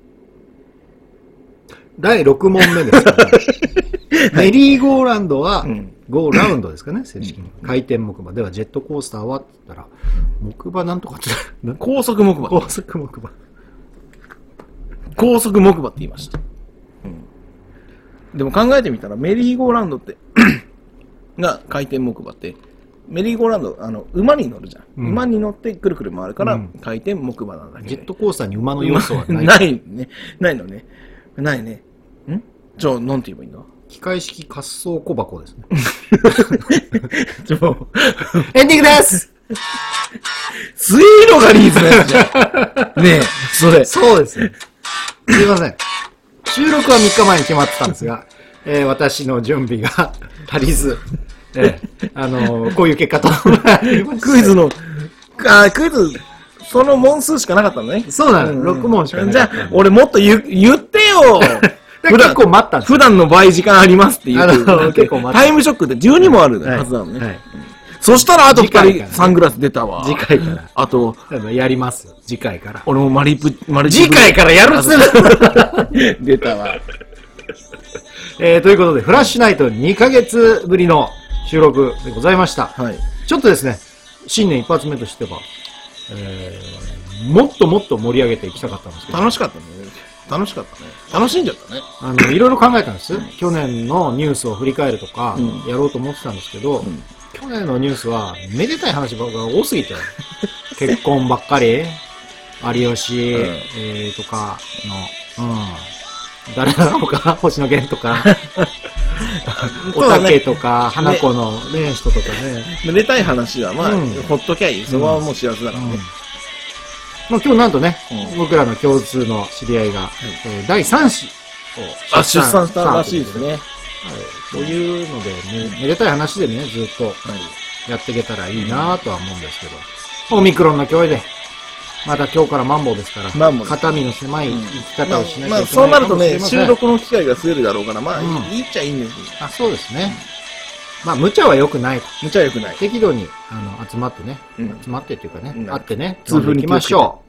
だいろく問目ですから、ね。メリーゴーランドは、うん、ゴーラウンドですかね、正式に。回転木馬。では、ジェットコースターはって言ったら、木馬なんとかって高速木馬。 高速木馬。 高速木馬って言いました。うん、でも考えてみたら、メリーゴーランドって、が回転木馬って、メリーゴーランド、あの、馬に乗るじゃん。うん、馬に乗ってくるくる回るから、回転木馬なんだけど、 ジェットコースターに馬の要素はない。 ないね。ないのね。ないね。んじゃあ、なんて言えばいいんだ機械式滑走小箱ですね。 ちょエンディングですスイーロがリーズのやつじゃん。ねえ、それ。 そうですね。すいません。収録はみっかまえに決まってたんですが、えー、私の準備が足りず、えー、あのー、こういう結果となりました。 クイズの、あ、クイズ、その問数しかなかったのね。 そうなの、うんうん、ろく問しかなかった。 じゃあ、俺もっと言、言ってよ普段結構待ったんです普段の倍時間ありますって言うと、 結構待った。 タイムショックでじゅうに問あるはずなのね。はいはい、そしたらあとふたりサングラス出たわ。 次回から。 あと、 やります。次回から。 俺もマリプ、マリプ。 次回からやるっつう出たわ。 えー、ということで、フラッシュナイトにかげつぶりの収録でございました。はい。ちょっとですね、新年一発目としては、えー、もっともっと盛り上げていきたかったんですけど。 楽しかったね。楽しかったね。楽しんじゃったね。 あの、いろいろ考えたんです。うん、去年のニュースを振り返るとか、やろうと思ってたんですけど、うん、去年のニュースは、めでたい話が多すぎて、結婚ばっかり、有吉、うん、えー、とかの、うん。誰だろうか星野源とか、おたけとか、花子のね、人とかね。 めでたい話は、まあ、うん、ほっときゃいい。そこはもう幸せだからね。うんまあ、今日なんとね、うん、僕らの共通の知り合いが、うんえー、だいさん子を出産したらしいですね。はい、 そういうので、ね、めでたい話でね、ずっとやっていけたらいいなとは思うんですけど、うん、オミクロンの脅威で、また今日からマンボウですから、肩身の狭い生き方をしなきゃいけない、うんまあ。まあ、 そうなるとね、収録の機会が増えるだろうから、まあ、うん、いいっちゃいいんですよ。 あ、そうですね。まあ、無茶は良くない。 無茶は良くない。 適度に、あの、集まってね、うん、集まってっていうかね、うん、会ってね、通風に行きましょう。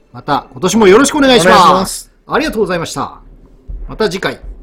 また今年もよろしくお願いします。 お願いします。 ありがとうございました。また次回。